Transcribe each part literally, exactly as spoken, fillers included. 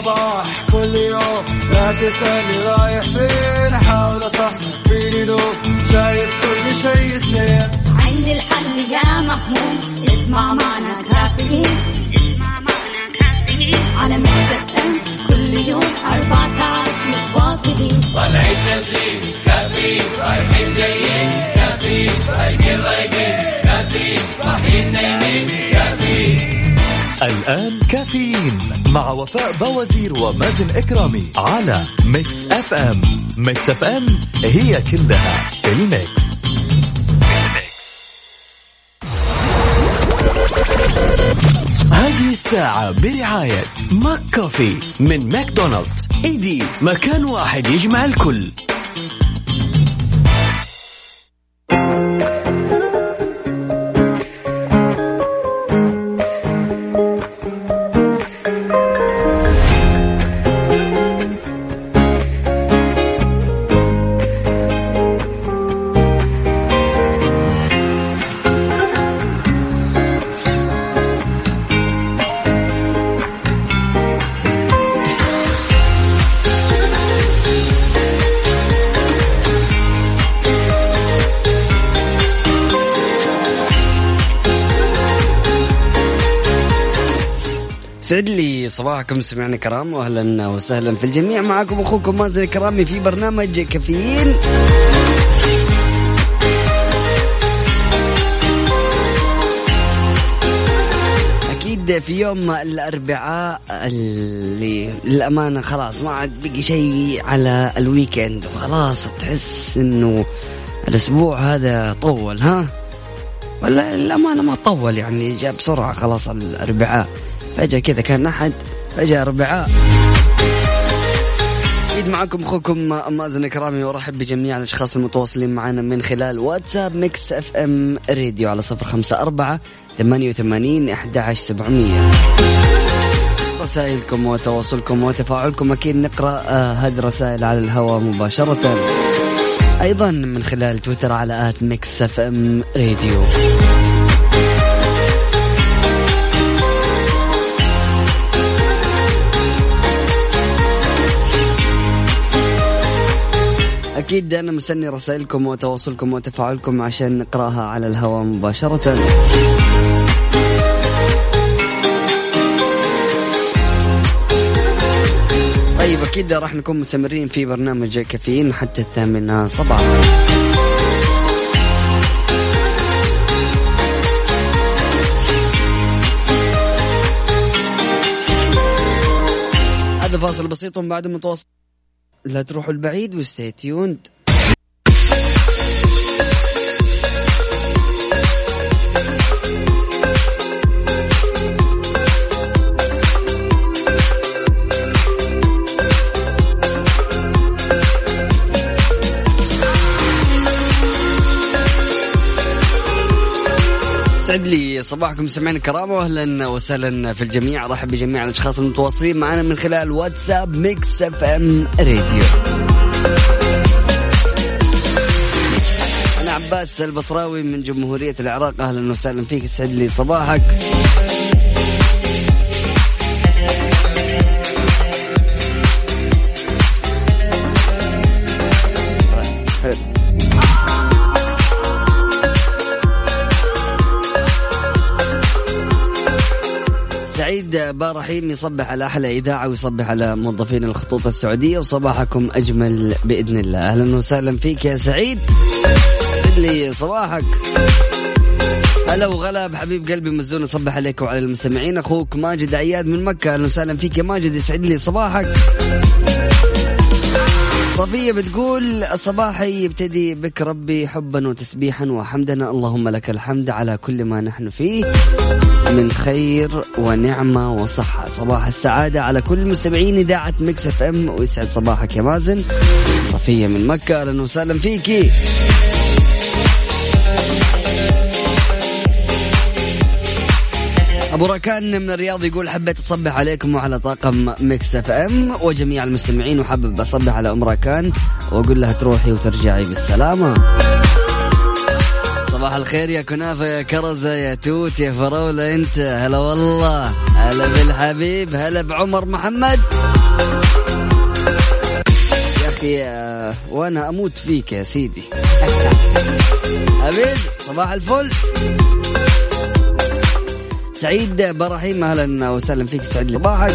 الصباح كل يوم لا تسألني رايح فين أحاول أصحصح فيني لو شايف كل شيء سنين عندي الحل يا محمود اسمع معنا كافيين اسمع معنا كافيين على مكتب كل يوم أربع ساعات متواصلين طلعت تسليم كافيين رايحين جايين كافيين رايقين رايقين كافيين صاحيين نايمين كافيين. الآن كافيين مع وفاء بوازير ومازن إكرامي على ميكس اف ام. ميكس اف ام هي كلها الميكس. هذه الساعة برعاية ماك كوفي من ماكدونالدز. ايدي مكان واحد يجمع الكل. سعد لي صباحكم سمعنا كرام واهلا وسهلا في الجميع. معكم اخوكم مازن كرامي في برنامج كافيين. اكيد في يوم الاربعاء اللي للامانه خلاص ما عاد بقي شيء على الويكند وخلاص تحس انه الاسبوع هذا طول. ها ولا الامانه ما طول يعني جاء بسرعه خلاص الاربعاء فجأة كذا كان أحد فجأة أربعاء. أكيد معكم أخوكم مازن كرامي ورحب بجميع الأشخاص المتواصلين معنا من خلال واتساب ميكس اف ام راديو على صفر خمسة أربعة ثمانية وثمانين أحد عشر سبعمية. رسائلكم وتواصلكم وتفاعلكم أكيد نقرأ هذه الرسائل على الهواء مباشرة، أيضا من خلال تويتر على آت ميكس اف ام راديو. أكيد أنا مستني رسائلكم وتواصلكم وتفاعلكم عشان نقرأها على الهواء مباشرة. طيب أكيد راح نكون مستمرين في برنامج كافيين حتى الثامنة صباحا. هذا فاصل بسيط بعد متواصل، لا تروحوا البعيد وستي تيوند. سعد لي صباحكم سمعنا كرامة واهلا وسهلا في الجميع. رحب بجميع الاشخاص المتواصلين معنا من خلال واتساب ميكس اف ام راديو. انا عباس البصراوي من جمهورية العراق، اهلا وسهلا فيك. سعد لي صباحك. سعيد بارحيم يصبح على أحلى إذاعة ويصبح على موظفين الخطوط السعودية وصباحكم أجمل بإذن الله. أهلا وسهلا فيك يا سعيد، سعد لي صباحك. هلا وغلب حبيب قلبي مزون يصبح عليك وعلى المستمعين. أخوك ماجد عياد من مكة، أهلا وسهلا فيك يا ماجد، يسعد لي صباحك. صفية بتقول صباحي يبتدي بك ربي حبا وتسبيحا وحمدنا، اللهم لك الحمد على كل ما نحن فيه من خير ونعمة وصحة. صباح السعادة على كل مستمعين إذاعة ميكس اف ام ويسعد صباحك يا مازن. صفية من مكة أهلا وسهلا فيكي. أبو راكان من الرياض يقول حبيت أصبح عليكم وعلى طاقم ميكس اف ام وجميع المستمعين، وحبب أصبح على أم راكان وأقول لها تروحي وترجعي بالسلامة. صباح الخير يا كنافة يا كرزة يا توت يا فراولة انت. هلا والله، هلا بالحبيب، هلا بعمر محمد يا اخي. وانا اموت فيك يا سيدي. عبيد صباح الفل. سعيد برحيم اهلا وسهلا فيك، سعيد صباحك.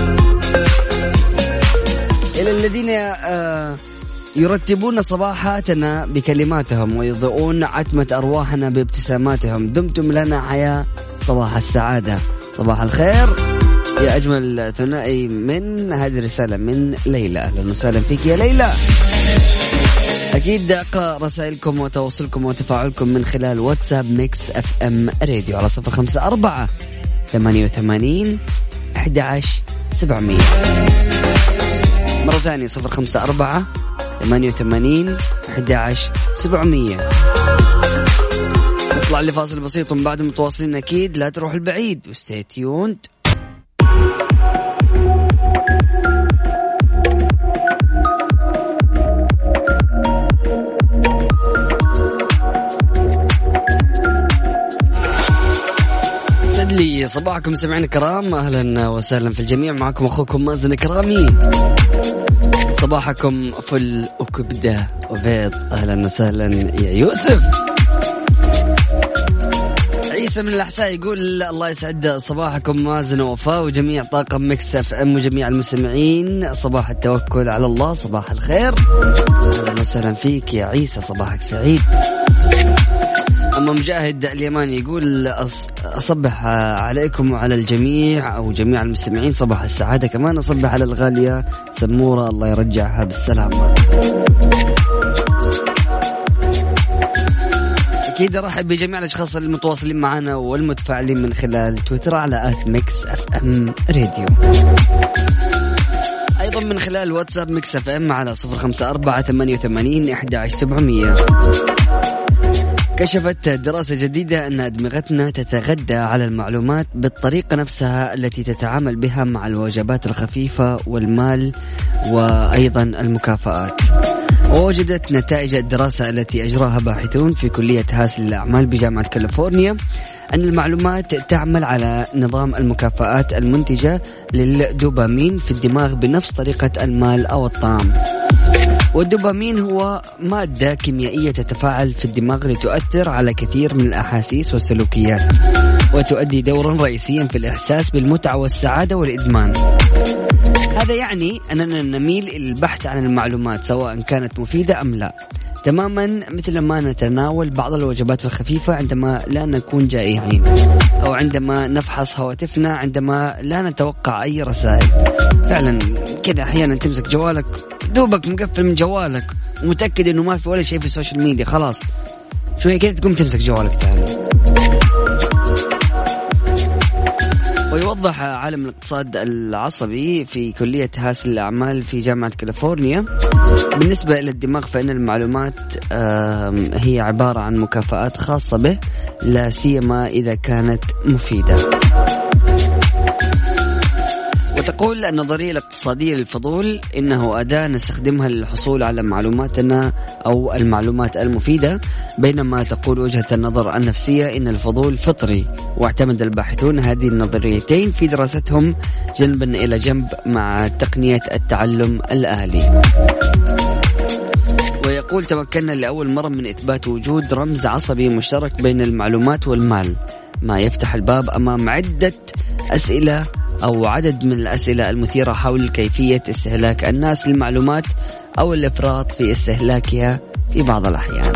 الى الذين يرتبون صباحاتنا بكلماتهم ويضيئون عتمة أرواحنا بابتساماتهم، دمتم لنا حياة صباح السعادة. صباح الخير يا أجمل ثنائي. من هذه رسالة من ليلى، أهلا وسهلا فيك يا ليلى. أكيد أقرأ رسائلكم وتواصلكم وتفاعلكم من خلال واتساب ميكس اف ام راديو على صفر خمسة أربعة ثمانية وثمانين أحد عشر سبعمية. مرة ثانية صفر خمسة أربعة ثمانية وثمانين أحد عشر سبعمية. نطلع لفاصل بسيط ومن بعد متواصلين أكيد، لا تروح البعيد وستي تيوند. سعد لي صباحكم سمعين الكرام، أهلا وسهلا في الجميع. معكم أخوكم مازن كرامي. صباحكم فل وكبدة وبيض. أهلا وسهلا يا يوسف. عيسى من الأحساء يقول الله يسعد صباحكم مازن ووفاء وجميع طاقم ميكس اف ام وجميع المستمعين. صباح التوكل على الله، صباح الخير. أهلا وسهلا فيك يا عيسى، صباحك سعيد. أما مجاهد اليماني يقول أصبح عليكم وعلى الجميع أو جميع المستمعين صباح السعادة. كمان أصبح على الغالية سمورة، الله يرجعها بالسلامة. أكيد أرحب بجميع الأشخاص المتواصلين معنا والمتفاعلين من خلال تويتر على آت ميكس اف ام راديو، أيضا من خلال واتساب ميكس اف ام على صفر خمسة أربعة ثمانية وثمانين أحد عشر سبعمية. كشفت دراسة جديدة أن أدمغتنا تتغذى على المعلومات بالطريقة نفسها التي تتعامل بها مع الوجبات الخفيفة والمال وأيضا المكافآت. ووجدت نتائج الدراسة التي أجراها باحثون في كلية هاسل الأعمال بجامعة كاليفورنيا أن المعلومات تعمل على نظام المكافآت المنتجة للدوبامين في الدماغ بنفس طريقة المال أو الطعام. والدوبامين هو مادة كيميائية تتفاعل في الدماغ لتؤثر على كثير من الأحاسيس والسلوكيات، وتؤدي دورا رئيسيا في الإحساس بالمتعة والسعادة والإدمان. هذا يعني أننا نميل إلى البحث عن المعلومات سواء كانت مفيدة أم لا، تماما مثل ما نتناول بعض الوجبات الخفيفة عندما لا نكون جائعين، أو عندما نفحص هواتفنا عندما لا نتوقع أي رسائل. فعلا كده أحيانا تمسك جوالك دوبك مقفل من جوالك ومتأكد أنه ما في ولا شيء في السوشيال ميديا، خلاص شوية كده تقوم تمسك جوالك تاني. ويوضح عالم الاقتصاد العصبي في كلية هاسل الأعمال في جامعة كاليفورنيا بالنسبة إلى الدماغ فإن المعلومات هي عبارة عن مكافآت خاصة به، لا سيما إذا كانت مفيدة. وتقول النظرية الاقتصادية للفضول إنه أداة نستخدمها للحصول على معلوماتنا أو المعلومات المفيدة، بينما تقول وجهة النظر النفسية إن الفضول فطري. واعتمد الباحثون هذه النظريتين في دراستهم جنبا إلى جنب مع تقنية التعلم الآلي. ويقول تمكنا لأول مرة من إثبات وجود رمز عصبي مشترك بين المعلومات والمال، ما يفتح الباب أمام عدة أسئلة أو عدد من الأسئلة المثيرة حول كيفية استهلاك الناس للمعلومات أو الإفراط في استهلاكها في بعض الأحيان.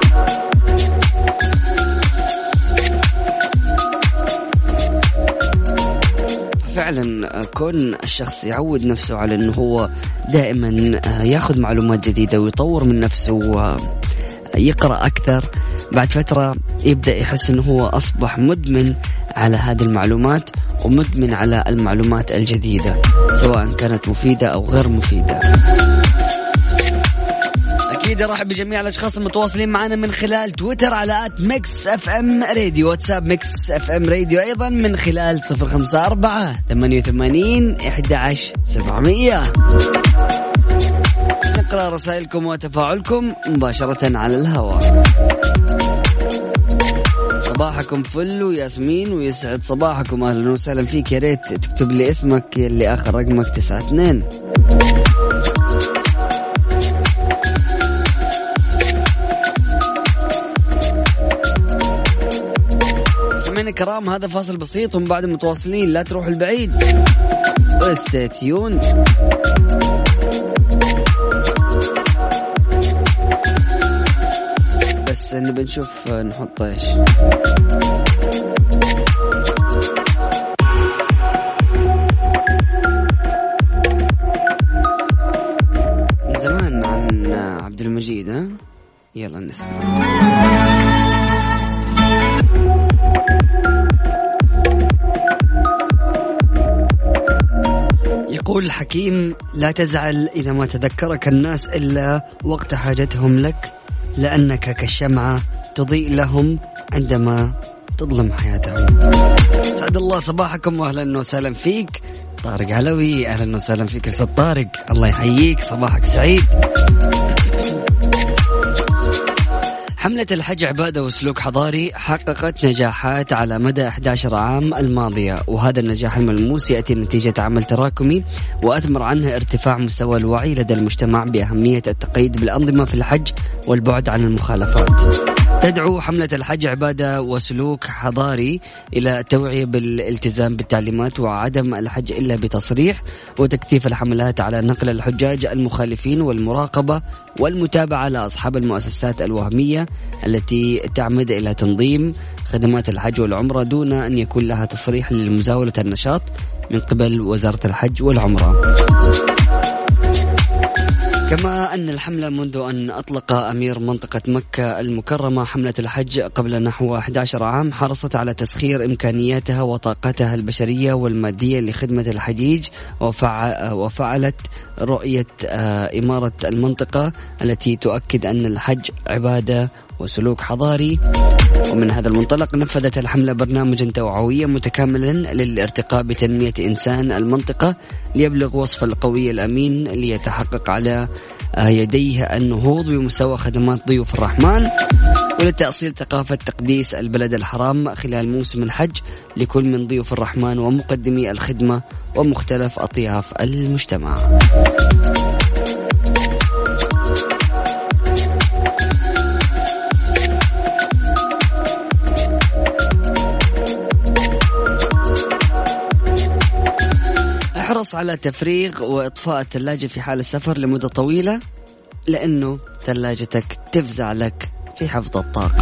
فعلا كون الشخص يعود نفسه على أنه هو دائما يأخذ معلومات جديدة ويطور من نفسه ويقرأ أكثر، بعد فترة يبدأ يحس أنه هو أصبح مدمن على هذه المعلومات ومدمن على المعلومات الجديدة سواء كانت مفيدة أو غير مفيدة. أكيد أرحب بجميع الأشخاص المتواصلين معنا من خلال تويتر على آت ميكس اف ام راديو، واتساب ميكس اف ام راديو أيضا من خلال صفر خمسة أربعة ثمانية وثمانين أحد عشر سبعمية. نقرأ رسائلكم وتفاعلكم مباشرة على الهواء. صباحكم فل وياسمين ويسعد صباحكم. أهلا وسهلا فيك. يا ريت تكتب لي اسمك اللي آخر رقمك تسعة اثنين. سمعنا كرام، هذا فاصل بسيط ومن بعد متواصلين، لا تروحوا البعيد. stay tuned. بس نبي نشوف نحط ايش. من زمان عن عبد المجيد، ها يلا نسمع. يقول الحكيم: لا تزعل إذا ما تذكرك الناس إلا وقت حاجتهم لك، لأنك كالشمعة تضيء لهم عندما تظلم حياتهم. سعد الله صباحكم وأهلا وسهلا فيك طارق علوي. أهلا وسهلا فيك أستاذ طارق، الله يحييك، صباحك سعيد. حملة الحج عبادة وسلوك حضاري حققت نجاحات على مدى أحد عشر عام الماضية، وهذا النجاح الملموس يأتي نتيجة عمل تراكمي وأثمر عنه ارتفاع مستوى الوعي لدى المجتمع بأهمية التقييد بالأنظمة في الحج والبعد عن المخالفات. تدعو حملة الحج عبادة وسلوك حضاري إلى التوعية بالالتزام بالتعليمات وعدم الحج إلا بتصريح، وتكثيف الحملات على نقل الحجاج المخالفين والمراقبة والمتابعة لأصحاب المؤسسات الوهمية التي تعمد إلى تنظيم خدمات الحج والعمرة دون أن يكون لها تصريح لمزاولة النشاط من قبل وزارة الحج والعمرة. كما أن الحملة منذ أن أطلق أمير منطقة مكة المكرمة حملة الحج قبل نحو أحد عشر عام حرصت على تسخير إمكانياتها وطاقتها البشرية والمادية لخدمة الحجيج، وفعلت رؤية إمارة المنطقة التي تؤكد أن الحج عبادة وسلوك حضاري. ومن هذا المنطلق نفذت الحملة برنامجا توعويا متكاملا للارتقاء بتنمية إنسان المنطقة ليبلغ وصف القوي الأمين ليتحقق على يديه النهوض بمستوى خدمات ضيوف الرحمن، ولتأصيل ثقافة تقديس البلد الحرام خلال موسم الحج لكل من ضيوف الرحمن ومقدمي الخدمة ومختلف أطياف المجتمع. احرص على تفريغ وإطفاء الثلاجة في حال السفر لمدة طويلة، لأنه ثلاجتك تفزع لك في حفظ الطاقة.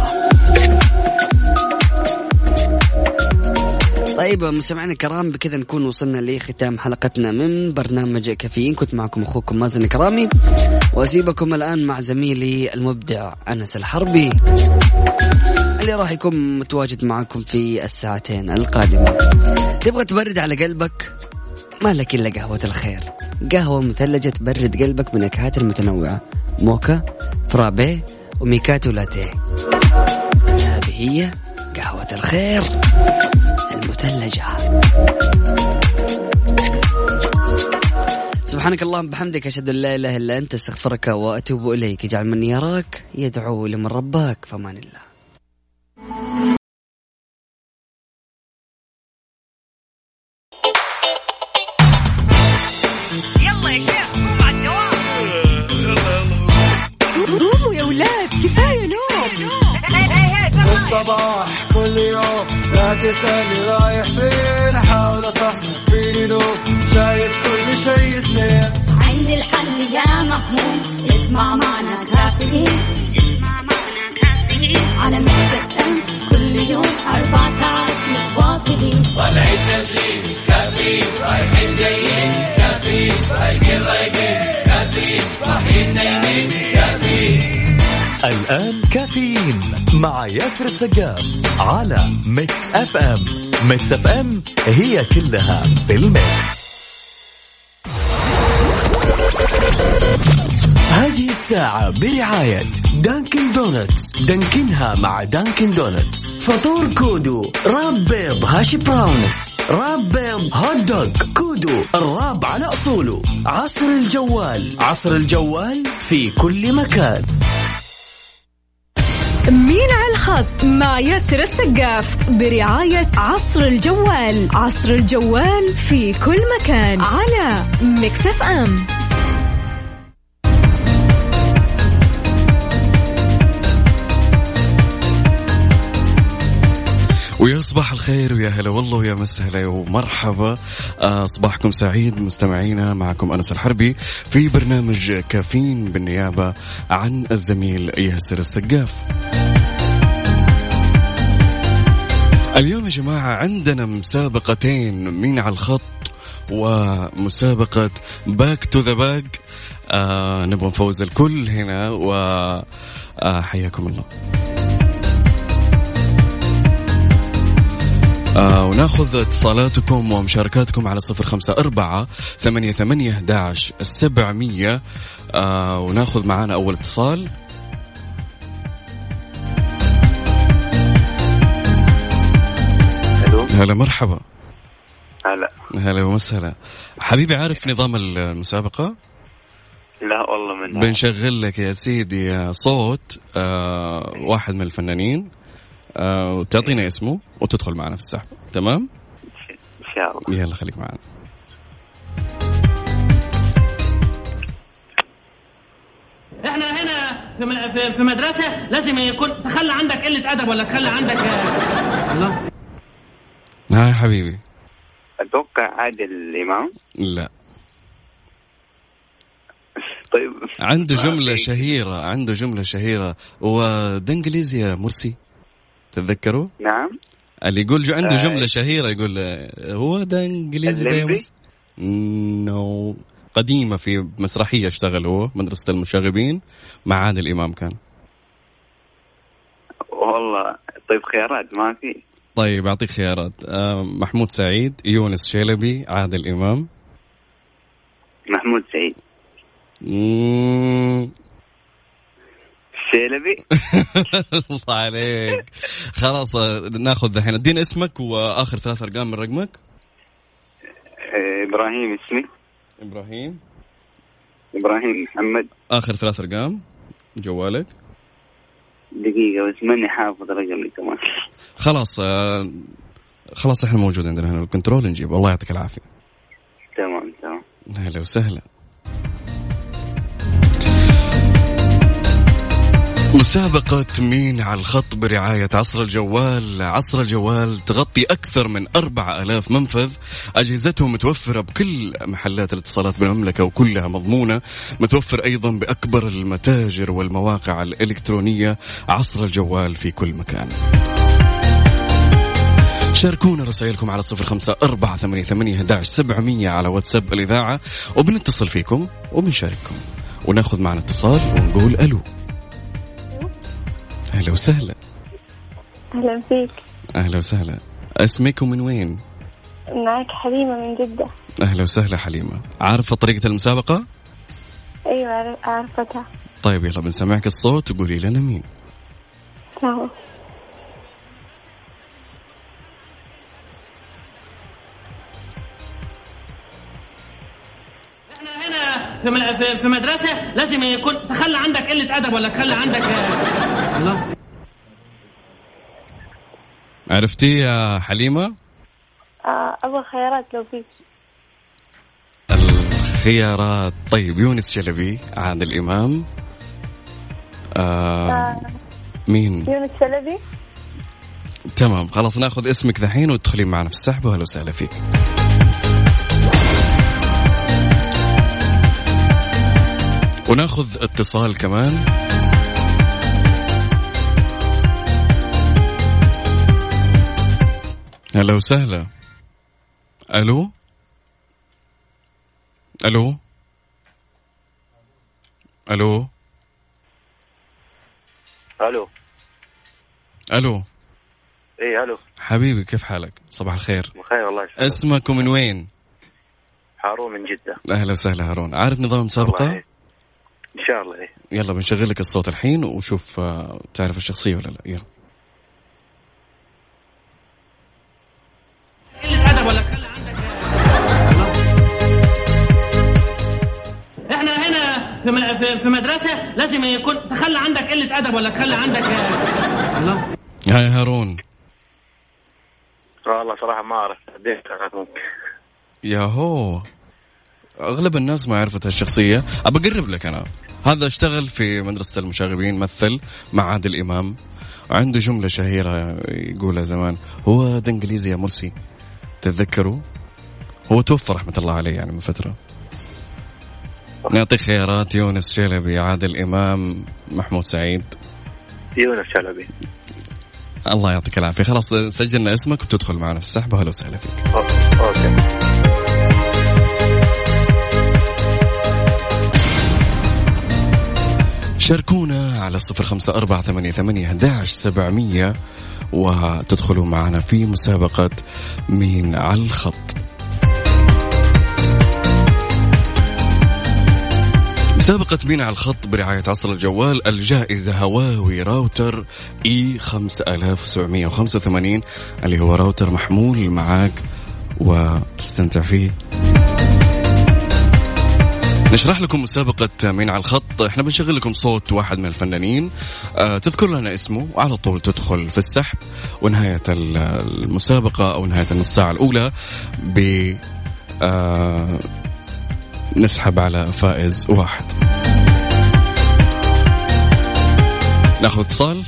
طيب مستمعينا الكرام، بكذا نكون وصلنا لختام حلقتنا من برنامج كافيين. كنت معكم أخوكم مازن كرامي، وأسيبكم الآن مع زميلي المبدع أنس الحربي اللي راح يكون متواجد معكم في الساعتين القادمة. تبغى تبرد على قلبك؟ ما لك إلا قهوة الخير، قهوة مثلجة تبرد قلبك بنكهات المتنوعة، موكا، فرابي، وميكاتو لاتيه. هذه هي قهوة الخير المثلجة. سبحانك اللهم بحمدك، أشهد أن لا إله إلا أنت، استغفرك وأتوب إليك. اجعل من يراك يدعو لمن رباك. فمان الله. الصباح كل يوم لا تسألني رايح فين، أحاول أصحصح فيني لو شايف كل شيء سنين. عندي الحل يا محمود، اسمع معنا كافيين، اسمع معنا كافيين على مكتب أم كل يوم أربع ساعات متواصلين. طلعت تسليم كافيين، رايحين جايين كافيين، رايقين رايقين كافيين، صاحيين نايمين كافيين. الآن كافيين مع ياسر السقاف على ميكس اف ام. ميكس اف ام هي كلها بالميكس. هذه الساعة برعاية دانكن دونتس. دانكنها مع دانكن دونتس. فطور كودو، راب بيض هاشي براونس، راب بيض هوت دوغ. كودو الراب على أصوله. عصر الجوال، عصر الجوال في كل مكان. مين على الخط مع ياسر السقاف برعاية عصر الجوال. عصر الجوال في كل مكان على ميكس اف ام. ويا صباح الخير ويا هلا والله ويا مسهلا ومرحبا. آه صباحكم سعيد مستمعينا، معكم أنس الحربي في برنامج كافيين بالنيابة عن الزميل ياسر السقاف. اليوم يا جماعة عندنا مسابقتين، مين على الخط ومسابقة باك تو ذا باك. آه نبغى نفوز الكل هنا وحياكم آه الله. آه وناخذ اتصالاتكم ومشاركاتكم على صفر خمسة أربعة ثمانية ثمانية إحداش السبعمية. آه وناخذ معانا أول اتصال. هلا مرحبا. هلا هلا ومسهلا حبيبي. عارف نظام المسابقة؟ لا والله من بنشغل لك يا سيدي صوت آه واحد من الفنانين آه وتعطينا اسمه وتدخل معنا في السحب. تمام إن شاء الله. يلا خليك معنا. احنا هنا في في مدرسة لازم يكون تخلى عندك قلة أدب ولا تخلى عندك الله. ها حبيبي. أتوقع عادل إمام. لا. طيب عنده جملة شهيرة عنده جملة شهيرة وده إنجليزي يا مرسي، تتذكروا؟ نعم. اللي يقول جو عنده جملة شهيرة يقول هو ده إنجليزي ده يا مرسي. نو قديمة في مسرحية اشتغل هو مدرسة المشاغبين مع عادل إمام كان. والله طيب خيارات ما في. طيب أعطيك خيارات. آه محمود سعيد، يونس شلبي، عادل إمام. محمود سعيد. مم. شلبي. الله عليك. خلاص ناخذ الحين. ادينا اسمك وآخر ثلاث أرقام من رقمك. إبراهيم اسمي. إبراهيم. إبراهيم محمد. آخر ثلاث أرقام جوالك. دقيقة بس ماني حافظ رقمي كمان. خلاص آه خلاص احنا موجود عندنا هنا الكنترول نجيب. الله يعطيك العافية. تمام تمام. أهلا وسهلا. مسابقة مين على الخط برعاية عصر الجوال. عصر الجوال تغطي أكثر من أربعة آلاف منفذ، أجهزتهم متوفرة بكل محلات الاتصالات بالمملكة وكلها مضمونة، متوفر أيضا بأكبر المتاجر والمواقع الإلكترونية. عصر الجوال في كل مكان. شاركونا رسائلكم على صفر خمسة أربعة ثمانية ثمانية إحداش سبعمية على واتساب الإذاعة وبنتصل فيكم وبنشارككم وناخذ معنا اتصال ونقول ألو. أهلا وسهلا. أهلا فيك. أهلا وسهلا. اسمك ومن وين؟ معك حليمة من جدة. أهلا وسهلا حليمة. عارفة طريقة المسابقة؟ أيوة عارفتها. طيب يلا بنسمعك الصوت وقولي لنا مين. نعم. في في مدرسة لازم يكون تخلى عندك قلة أدب ولا تخلى عندك الله. عرفتي يا حليمة؟ آه أبغى خيارات لو في. الخيارات طيب يونس شلبي، عادل إمام، آه آه مين؟ يونس شلبي. تمام خلاص ناخذ اسمك ذحين وتدخلين معنا في السحب. وهلا وسهلا فيك. وناخذ اتصال كمان. هلا وسهلا. الو الو الو الو الو ايه الو حبيبي كيف حالك؟ صباح الخير. بخير والله. اسمك ومن وين؟ هارون من جدة. اهلا وسهلا هارون. عارف نظام المسابقة؟ ان شاء الله. ايه يلا بنشغل لك الصوت الحين وشوف تعرف الشخصية ولا لا. يلا. احنا هنا في م- في- في مدرسة لازم يكون تخلى عندك قلة أدب ولا تخلى عندك آه، الله. هاي هارون. والله صراحة ما أعرف. ممكن. يا هو أغلب الناس ما عرفت هالشخصية. أبى أقرب لك أنا. هذا اشتغل في مدرسة المشاغبين، مثل مع عادل إمام، عنده جملة شهيرة يقولها زمان: هو ده إنجليزي يا مرسي. تتذكروا؟ هو توفى رحمة الله عليه يعني من فترة. نعطيك خيارات: يونس شلبي، عادل إمام، محمود سعيد. يونس شلبي. الله يعطيك العافية. خلاص سجلنا اسمك وتدخل معنا في السحب. أهلا وسهلا فيك. أوكي. شاركونا على صفر خمسة أربعة ثمانية ثمانية أحد سبعمية وتدخلوا معنا في مسابقة مين على الخط. مسابقة مين على الخط برعاية عصر الجوال. الجائزة هواوي راوتر اي خمسة آلاف وسبعمية وخمسة وثمانين اللي هو راوتر محمول معاك وتستمتع فيه. نشرح لكم مسابقة مين على الخط. احنا بنشغل لكم صوت واحد من الفنانين، آه تذكر لنا اسمه وعلى طول تدخل في السحب، ونهاية المسابقة أو نهاية النص ساعة الأولى ب آه نسحب على فائز واحد. ناخذ اتصال.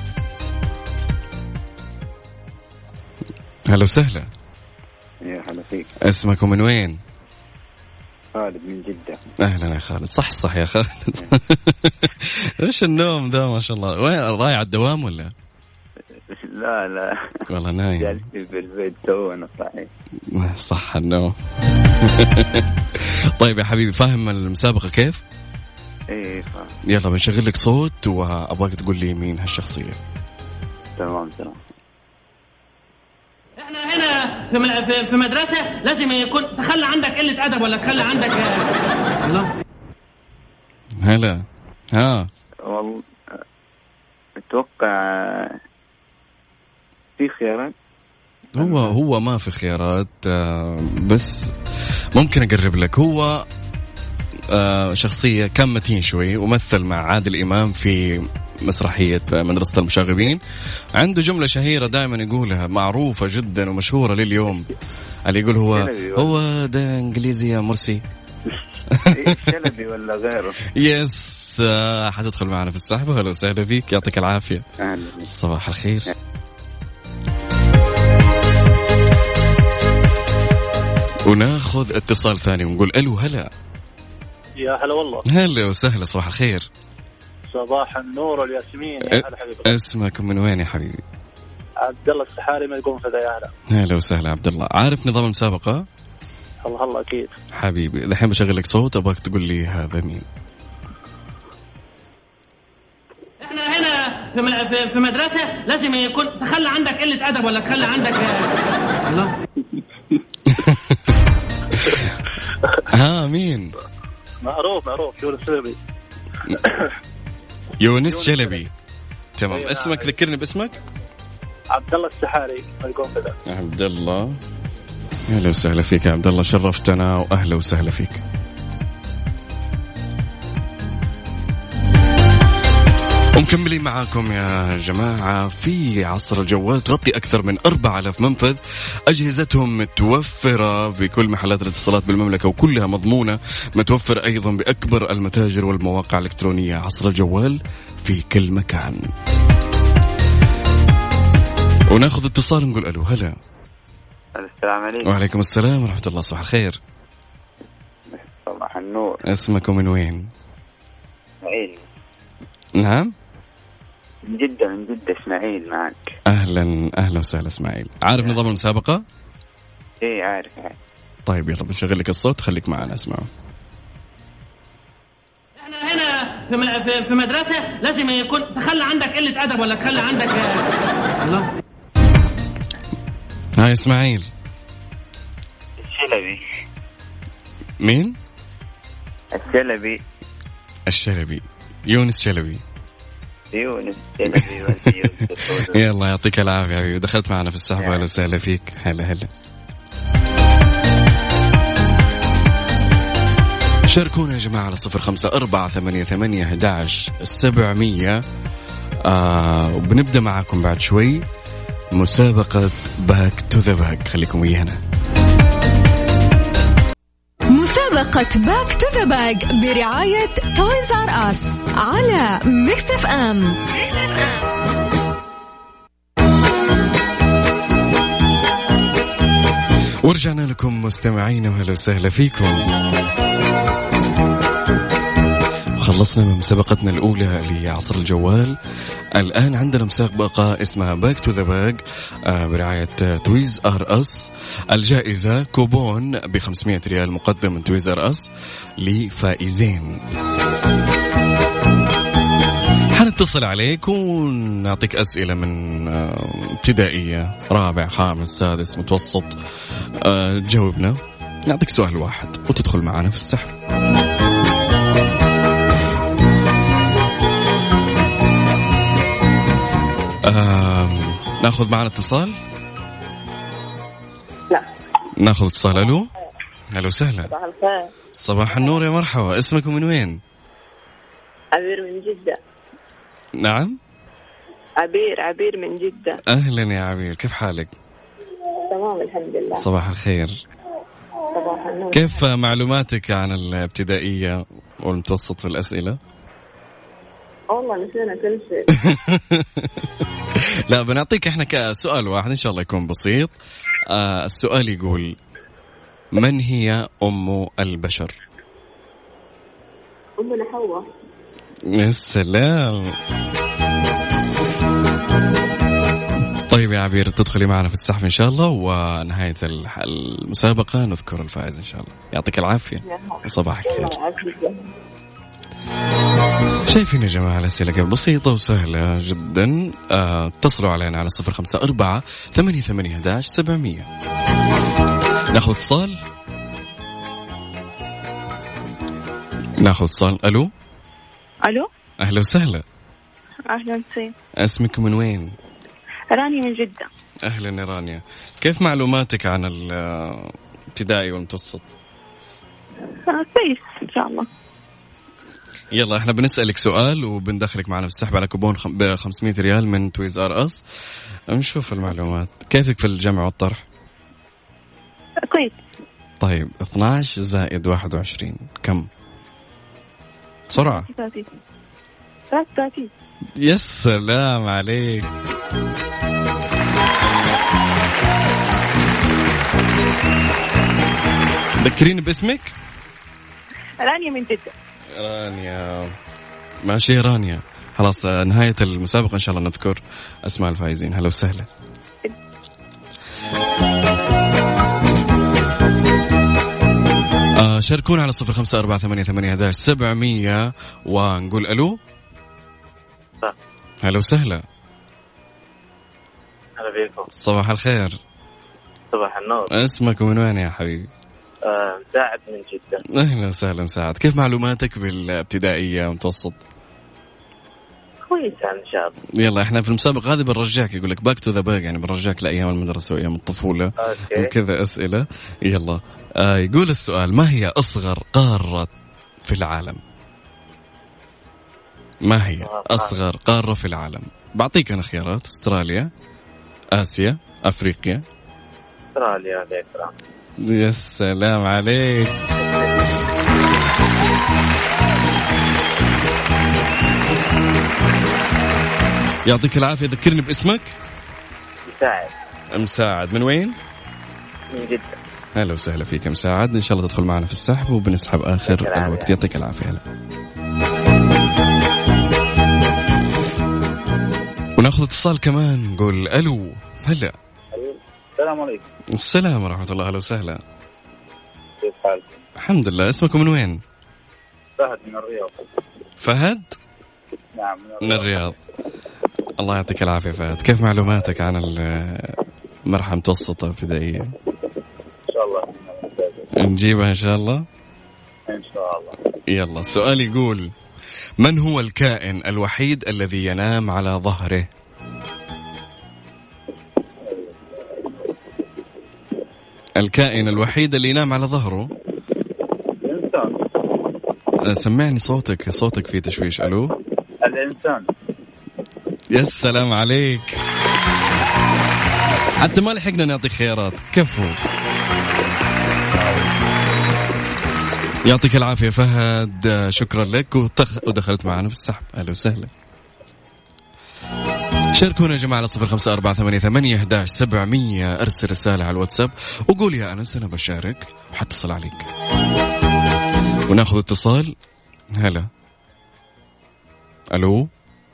هلا وسهلا. يا هلا فيك. اسمك ومن وين؟ خالد من جدة. أهلا يا خالد. صح صح يا خالد. إيش النوم ده ما شاء الله؟ وين رايح على الدوام ولا؟ لا لا والله نايم. جالس في البيت تونا صحيح. صح النوم. طيب يا حبيبي فاهم المسابقة كيف؟ ايه فاهم. يلا بنشغل لك صوت وأبغاك تقول لي مين هالشخصية. تمام تمام. احنا هنا في م- في- في مدرسة لازم يكون تخلى عندك قلة أدب ولا تخلى عندك آه، الله. هلا. ها والله اتوقع في خيارات. هو هو ما في خيارات، آه، بس ممكن أقرب لك. هو آه، شخصية كان متين شوي ومثل مع عادل إمام في مسرحية مدرسة المشاغبين. عنده جملة شهيرة دائما يقولها معروفة جدا ومشهورة لليوم، اللي يقول هو هو ده إنجليزي يا مرسي. شلبي ولا غيره. يس. آه، حتدخل معنا في السحب. هلا وسهلا فيك. يعطيك العافية. صباح الخير. وناخذ اتصال ثاني ونقول ألو. هلا. يا هلا والله. هلا وسهلا. صباح الخير. صباح النور والياسمين. يا هلا حبيبي. اسمك من وين يا حبيبي؟ عبد الله السحاري ما يقوم في ذا. يا هلا. هلا وسهلا عبد الله. عارف نظام المسابقة؟ الله الله أكيد حبيبي. الحين بشغل لك صوت أبغاك تقول لي هذا مين. احنا هنا في م- في- في مدرسة لازم يكون تخلى عندك قلة أدب ولا تخلى عندك آه، الله. ها مين؟ معروف معروف. يونس شلبي. يونس شلبي. تمام. اسمك ذكرني باسمك. عبد الله السحاري ما يقوم في ذا. عبد الله. أهلا وسهلا فيك يا عبد الله. شرفتنا وأهلا وسهلا فيك. ومكملين معاكم يا جماعة في عصر الجوال. تغطي أكثر من أربعة آلاف منفذ، أجهزتهم متوفرة بكل محلات الاتصالات بالمملكة وكلها مضمونة. متوفر أيضا بأكبر المتاجر والمواقع الإلكترونية. عصر الجوال في كل مكان. وناخذ اتصال نقول ألو. هلا. السلام عليكم. وعليكم السلام ورحمة الله. صباح الخير. صباح النور. اسمك ومن وين؟ اسماعيل. نعم. من جدة. من جدة اسماعيل معك. أهلا أهلا وسهلا اسماعيل. عارف نظام المسابقة؟ ايه عارف عارف. طيب يلا بنشغل لك الصوت خليك معنا اسمعه. احنا هنا في م- في- في مدرسة لازم يكون تخلى عندك قلة أدب ولا تخلى عندك آه، الله. هاي اسماعيل. الشلبي. مين؟ الشلبي. الشلبي. يونس شلبي. يونس شلبي. يلا يعطيك العافية حبيبي. دخلت معنا في السحب. أهلا وسهلا فيك. هلا هلا. شاركونا يا جماعة على صفر خمسة أربعة ثمانية ثمانية أحداش سبعمية. آه وبنبدأ معاكم بعد شوي مسابقة باك تو ذا باك، خليكم ويانا. مسابقة باك تو ذا باك برعاية تويز آر أس على ميكس اف ام. ورجعنا لكم مستمعين وهلا وسهلا فيكم. خلصنا من مسابقتنا الأولى لعصر الجوال. الآن عندنا مسابقة اسمها باك تو ذا باك برعاية تويز آر أس. الجائزة كوبون بخمسمائة ريال مقدم من تويز آر أس لفائزين. حنتصل عليك ونعطيك أسئلة من ابتدائية رابع خامس سادس متوسط. تجاوبنا نعطيك سؤال واحد وتدخل معنا في السحب. ناخذ معنا اتصال. لا ناخذ اتصال. الو الو سهلا. صباح الخير. صباح النور يا مرحبا. اسمك من وين؟ عبير من جدة. نعم عبير عبير من جدة. اهلا يا عبير، كيف حالك؟ تمام الحمد لله. صباح الخير. صباح النور. كيف معلوماتك عن الابتدائية والمتوسط في الأسئلة؟ والله نسينا كل شيء. لا بنعطيك احنا كسؤال واحد ان شاء الله يكون بسيط. آه السؤال يقول: من هي أم البشر؟ أمنا حواء. السلام. طيب يا عبير تدخلي معنا في السحب إن شاء الله، ونهاية المسابقة نذكر الفائز إن شاء الله. يعطيك العافية وصباحك خير. شايفين يا جماعة الأسئلة بسيطة وسهلة جدا. آه، اتصلوا علينا على صفر خمسة أربعة ثمانية ثمانية أحداش سبعمية. ناخذ اتصال. ناخذ اتصال. ألو ألو أهلا وسهلا. أهلا سيد. اسمك من وين؟ رانيا من جدة. أهلا يا رانيا، كيف معلوماتك عن الابتدائي والمتوسط؟ كويس إن شاء الله. يلا احنا بنسألك سؤال وبندخلك معنا في السحب على كوبون ب خمسمائة ريال من تويز آر أس. نشوف المعلومات. كيفك في الجمع والطرح؟ كويس. طيب اثناعش زائد واحد وعشرين كم؟ بسرعة. ثلاثين. ثلاثين. يا سلام عليك. ذكريني باسمك. رانيا من جدة. رانيا ماشي رانيا. خلاص نهاية المسابقة إن شاء الله نذكر أسماء الفائزين. هلا وسهلا. آه شاركونا على صفر خمسة أربعة ثمانية ثمانية أحداش سبعمية ونقول ألو. هلا وسهلا. هلا بيكم. صباح الخير. صباح النور. اسمك من وين يا حبيبي؟ آه مساعد من جدة. أهلا وسهلا مساعد. كيف معلوماتك بالابتدائية ومتوسط؟ كويس إن شاء الله. يلا احنا في المسابقة هذه بنرجعك، يقول لك باك تو ذا باك، يعني بنرجعك لأيام المدرسة وأيام الطفولة. أوكي. وكذا أسئلة. يلا آه يقول السؤال: ما هي أصغر قارة في العالم؟ ما هي أصغر قارة في العالم؟ بعطيك أنا خيارات: أستراليا، آسيا، أفريقيا. أستراليا. عليك رام. يا سلام عليك. يعطيك العافية. ذكرني باسمك. مساعد. مساعد من وين؟ من جدة. هلا وسهلا فيك مساعد. إن شاء الله تدخل معنا في السحب وبنسحب آخر الوقت. يعطيك العافية. هلا. وناخذ اتصال كمان. نقول ألو. هلا. السلام عليكم. السلام ورحمة الله. هلا وسهلا. كيف حالك؟ الحمد لله. اسمك من وين؟ فهد من الرياض. فهد؟ نعم من الرياض. الله يعطيك العافية فهد. كيف معلوماتك عن المرحلة المتوسطة ابتدائية؟ إن شاء الله نجيبها إن شاء الله. إن شاء الله. يلا السؤال يقول: من هو الكائن الوحيد الذي ينام على ظهره؟ الكائن الوحيد اللي ينام على ظهره. الإنسان. سمعني صوتك، صوتك فيه تشويش. ألو. الإنسان. يا سلام عليك، حتى ما لحقنا نعطيك خيارات. كفو. يعطيك العافية فهد، شكرا لك وتخ... ودخلت معنا في السحب. أهلا وسهلا. شاركونا يا جماعة على صفر خمسة أربعة ثمانية ثمانية إحدى عشر سبعمية. أرسل رسالة على الواتساب وقول يا أنس أنا بشارك وحتصل عليك. وناخذ اتصال. هلا. ألو.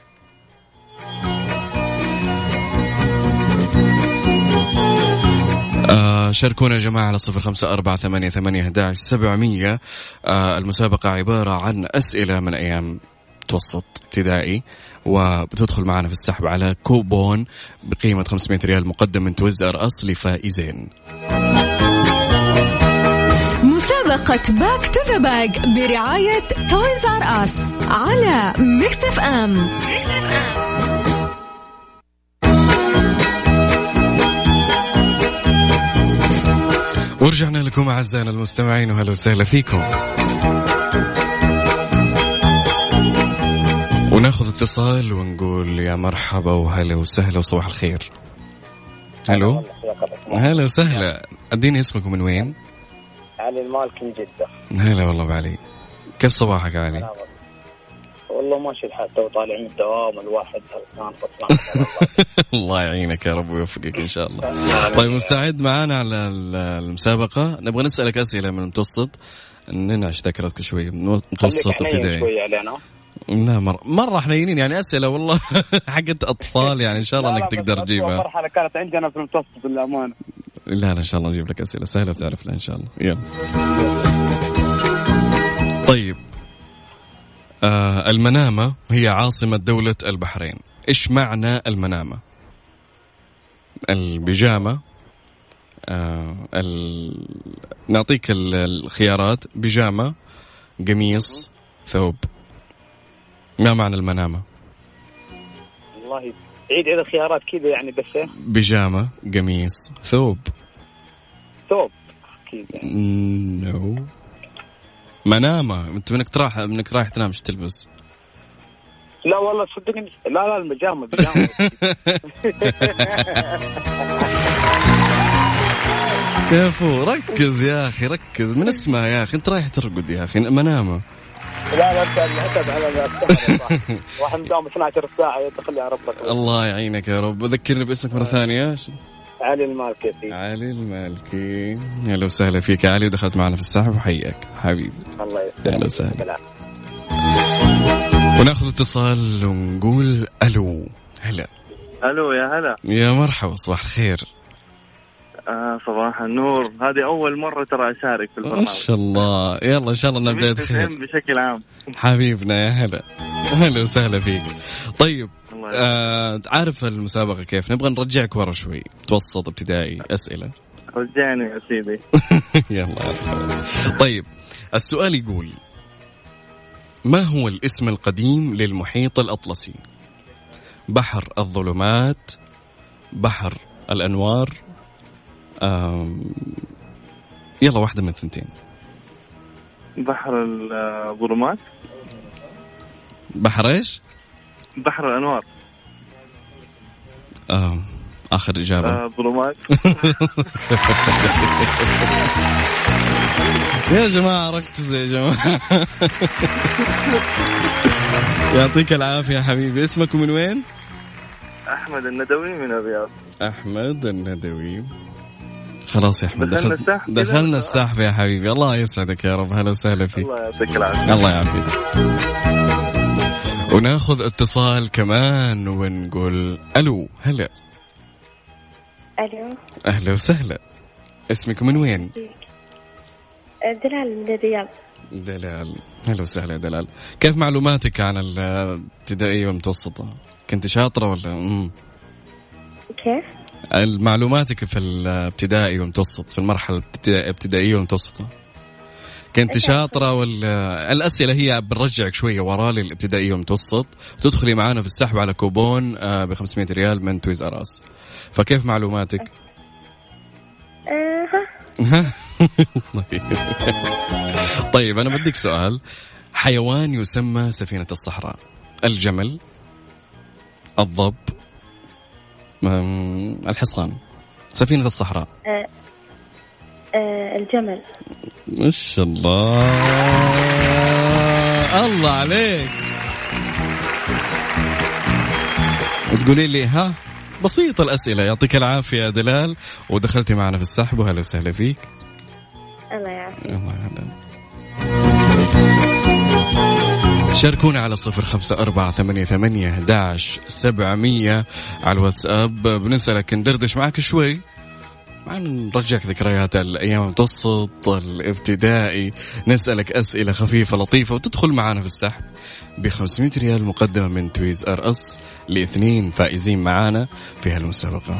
آه شاركونا يا جماعة على صفر خمسة أربعة ثمانية ثمانية إحدى عشر سبعمية. آه المسابقة عبارة عن أسئلة من أيام متوسط ابتدائي، وبتدخل معنا في السحب على كوبون بقيمة خمسمائة ريال مقدم من تويز آر أس لفائزين. مسابقة باك تو ذا باك برعاية تويز آر أس على ميكس اف ام. ورجعنا لكم أعزائنا المستمعين وهلا وسهلا فيكم. وناخذ اتصال ونقول يا مرحبا وهلا وسهلا وصباح الخير. الو. هلا وسهلا. اديني اسمك من وين؟ علي المالك من جدة. هلا والله بعلي. كيف صباحك علي؟ والله ماشي الحال، تو طالع من الدوام الواحد هلكان فطلان. الله يعينك يا رب ويوفقك ان شاء الله. طيب مستعد معانا على المسابقة؟ نبغى نسألك أسئلة من المتوسط ننعش ذاكرتك شوي. متوسط ابتدائي. لا مرة مرة حنينين يعني أسئلة والله حقت أطفال يعني إن شاء الله إنك تقدر تجيبها. مرحلة كانت عندنا في المتوسط بالأمانة. لا لا إن شاء الله نجيب لك أسئلة سهلة وتعرف لها إن شاء الله. يلا. طيب آه المنامة هي عاصمة دولة البحرين. إيش معنى المنامة؟ البيجامة. آه ال... نعطيك الخيارات: بيجامة، قميص، ثوب. ما معنى المنامة؟ والله عيد عيد الخيارات كذا يعني بس. بيجامة، قميص، ثوب. ثوب أكيد يعني. نو. منامة. أنت منك راح منك رايح تنام إيش تلبس؟ لا والله صدقني لا لا المجامة بيجامة. كيفو ركز يا أخي ركز من اسمها يا أخي. أنت رايح ترقد يا أخي. منامة. لا لا أتعب على السهر. واحد مداوم اثنا عشر ساعة يدخل يا ربك. الله يعينك يا رب. ذكرني باسمك مرة ثانية. علي المالكي. علي المالكي. أهلا وسهلا فيك يا علي ودخلت معنا في السحب وحياك حبيبي. الله يسلمك. أهلا وسهلا. وناخذ اتصال ونقول ألو. هلا. ألو يا هلا. يا مرحبا صباح الخير. آه صباح النور. هذه أول مرة ترى أشارك في البرنامج. ما شاء الله. يلا إن شاء الله نبدأ خير. بشكل عام. حبيبنا يا هلا. هلا وسهلا فيك. طيب آه عارف المسابقة كيف؟ نبغى نرجعك ورا شوي. متوسط ابتدائي أسئلة. رجعني يا سيدي. يلا. طيب السؤال يقول: ما هو الاسم القديم للمحيط الأطلسي؟ بحر الظلمات، بحر الأنوار، يلا واحدة من الثنتين. بحر الظلمات. بحر إيش؟ بحر الأنوار. آه. آخر إجابة. الظلمات. يا جماعة ركزوا يا جماعة. يعطيك العافية حبيبي. اسمك من وين؟ أحمد الندوي من الرياض. أحمد الندوي. خلاص يا أحمد دخلنا, دخل... دخلنا السحب يا حبيبي. الله يسعدك يا رب. هلا وسهلا فيك. الله يعطيك العافية. الله يعافيك. وناخذ اتصال كمان ونقول ألو. هلا. ألو. أهلا وسهلا. اسمك من وين؟ دلال من الرياض. دلال. هلا وسهلا دلال. كيف معلوماتك عن الابتدائية والمتوسطة؟ كنت شاطرة ولا؟ مم. كيف؟ المعلوماتك في الابتدائي والمتوسط في المرحلة الابتدائية والمتوسطة كنت شاطرة ولا؟ الأسئلة هي بنرجعك شوية ورا للابتدائية والمتوسط وتدخلي معانا في السحب على كوبون بخمسمائة ريال من تويز آر أس. فكيف معلوماتك؟ أه. طيب أنا بديك سؤال. حيوان يسمى سفينة الصحراء. الجمل، الضب، الحصان. سفينة الصحراء. آه آه الجمل. ما شاء الله، الله عليك. وتقولي لي ها بسيطة الأسئلة. يعطيك العافية يا دلال، ودخلتي معنا في السحب، وهلا وسهلا فيك. الله يعافيك. الله يعافيك. شاركونا على صفر خمسة أربعة ثمانية ثمانية إحداش سبعمية على الواتساب. بنسألك ندردش معك شوي، نرجعك ذكريات الأيام المتوسط الابتدائي، نسألك أسئلة خفيفة لطيفة، وتدخل معنا في السحب بخمسمائة ريال مقدمة من تويز ار اس لاثنين فائزين معنا في هالمسابقة.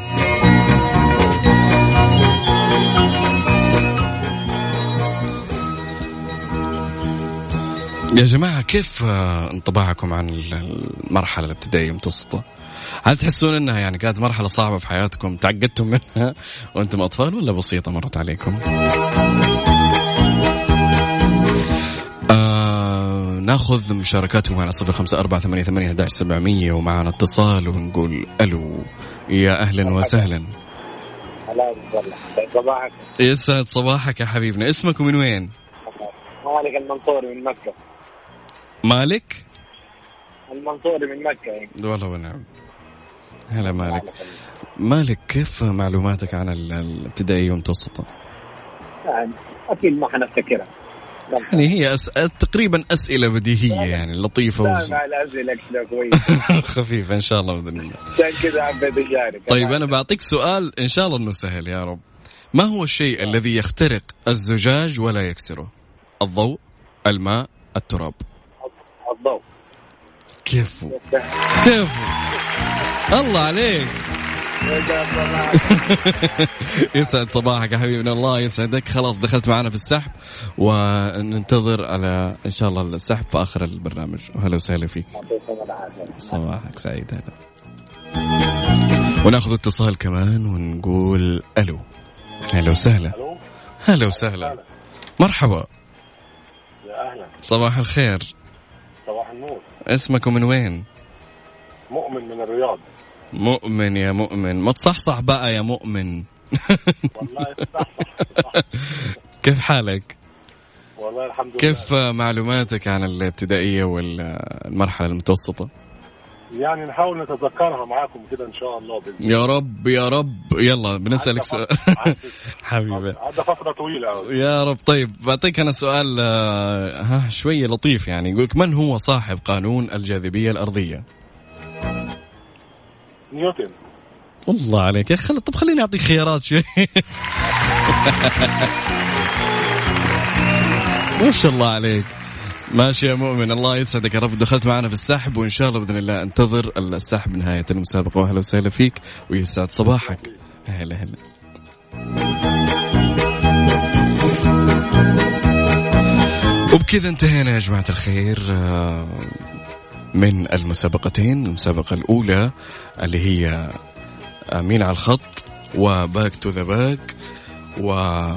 يا جماعة، كيف انطباعكم عن المرحلة الابتدائية المتوسطة؟ هل تحسون انها يعني كانت مرحلة صعبة في حياتكم تعقدتم منها وانتم اطفال، ولا بسيطة مرت عليكم؟ آه ناخذ مشاركاتكم على صفر خمسة أربعة ثمانية ثمانية إحداش سبعمية، ومعنا اتصال ونقول الو. يا اهلا وسهلا. صباحك. يسعد صباحك يا حبيبنا. اسمك ومن وين؟ مالك المنصوري من مكة. مالك المنصوري من مكة يعني. والله ونعم. هلا مالك. مالك، كيف معلوماتك عن الابتدائية والمتوسطة؟ يعني أكيد ما حنفتكرها، يعني هي أس... تقريبا أسئلة بديهية يعني لطيفة وز... لا الأسئلة كذا كويسة خفيفة إن شاء الله بإذن الله. عشان كذا عبيت أجارك. طيب أنا بعطيك سؤال إن شاء الله إنه سهل يا رب. ما هو الشيء الذي يخترق الزجاج ولا يكسره؟ الضوء، الماء، التراب. الضوء. كيف كيف الله عليك. يسعد صباحك يا حبيبنا، الله يسعدك. خلاص دخلت معنا في السحب، وننتظر على إن شاء الله السحب في آخر البرنامج. وهلا وسهلا فيك. صباحك سعيد. هلا. وناخذ اتصال كمان ونقول ألو. هلا وسهلا. هلا وسهلا. مرحبا. يا أهلا. صباح الخير. صباح النور. اسمك ومن وين؟ مؤمن من الرياض. مؤمن يا مؤمن، ما تصحصح بقى يا مؤمن. والله صح. كيف حالك؟ والله الحمد لله. كيف معلوماتك عن الابتدائية والمرحلة المتوسطة؟ يعني نحاول نتذكرها معاكم كده إن شاء الله بإذن. يا رب يا رب. يلا بنسألك سؤال حبيبي. هذا فترة طويلة أوي. يا رب. طيب بعطيك أنا سؤال ها شوية لطيف يعني. يقولك من هو صاحب قانون الجاذبية الأرضية؟ نيوتن. الله عليك يا خل... طب خليني أعطيك خيارات شوي. ما شاء الله عليك. ماشي يا مؤمن، الله يسعدك يا رب. دخلت معنا في السحب، وإن شاء الله بإذن الله انتظر السحب نهاية المسابقة. وأهلا وسهلا فيك، ويسعد صباحك. هلا هلا. وبكذا انتهينا يا جماعة الخير من المسابقتين. المسابقة الأولى اللي هي مين على الخط وباك تو ذا باك، و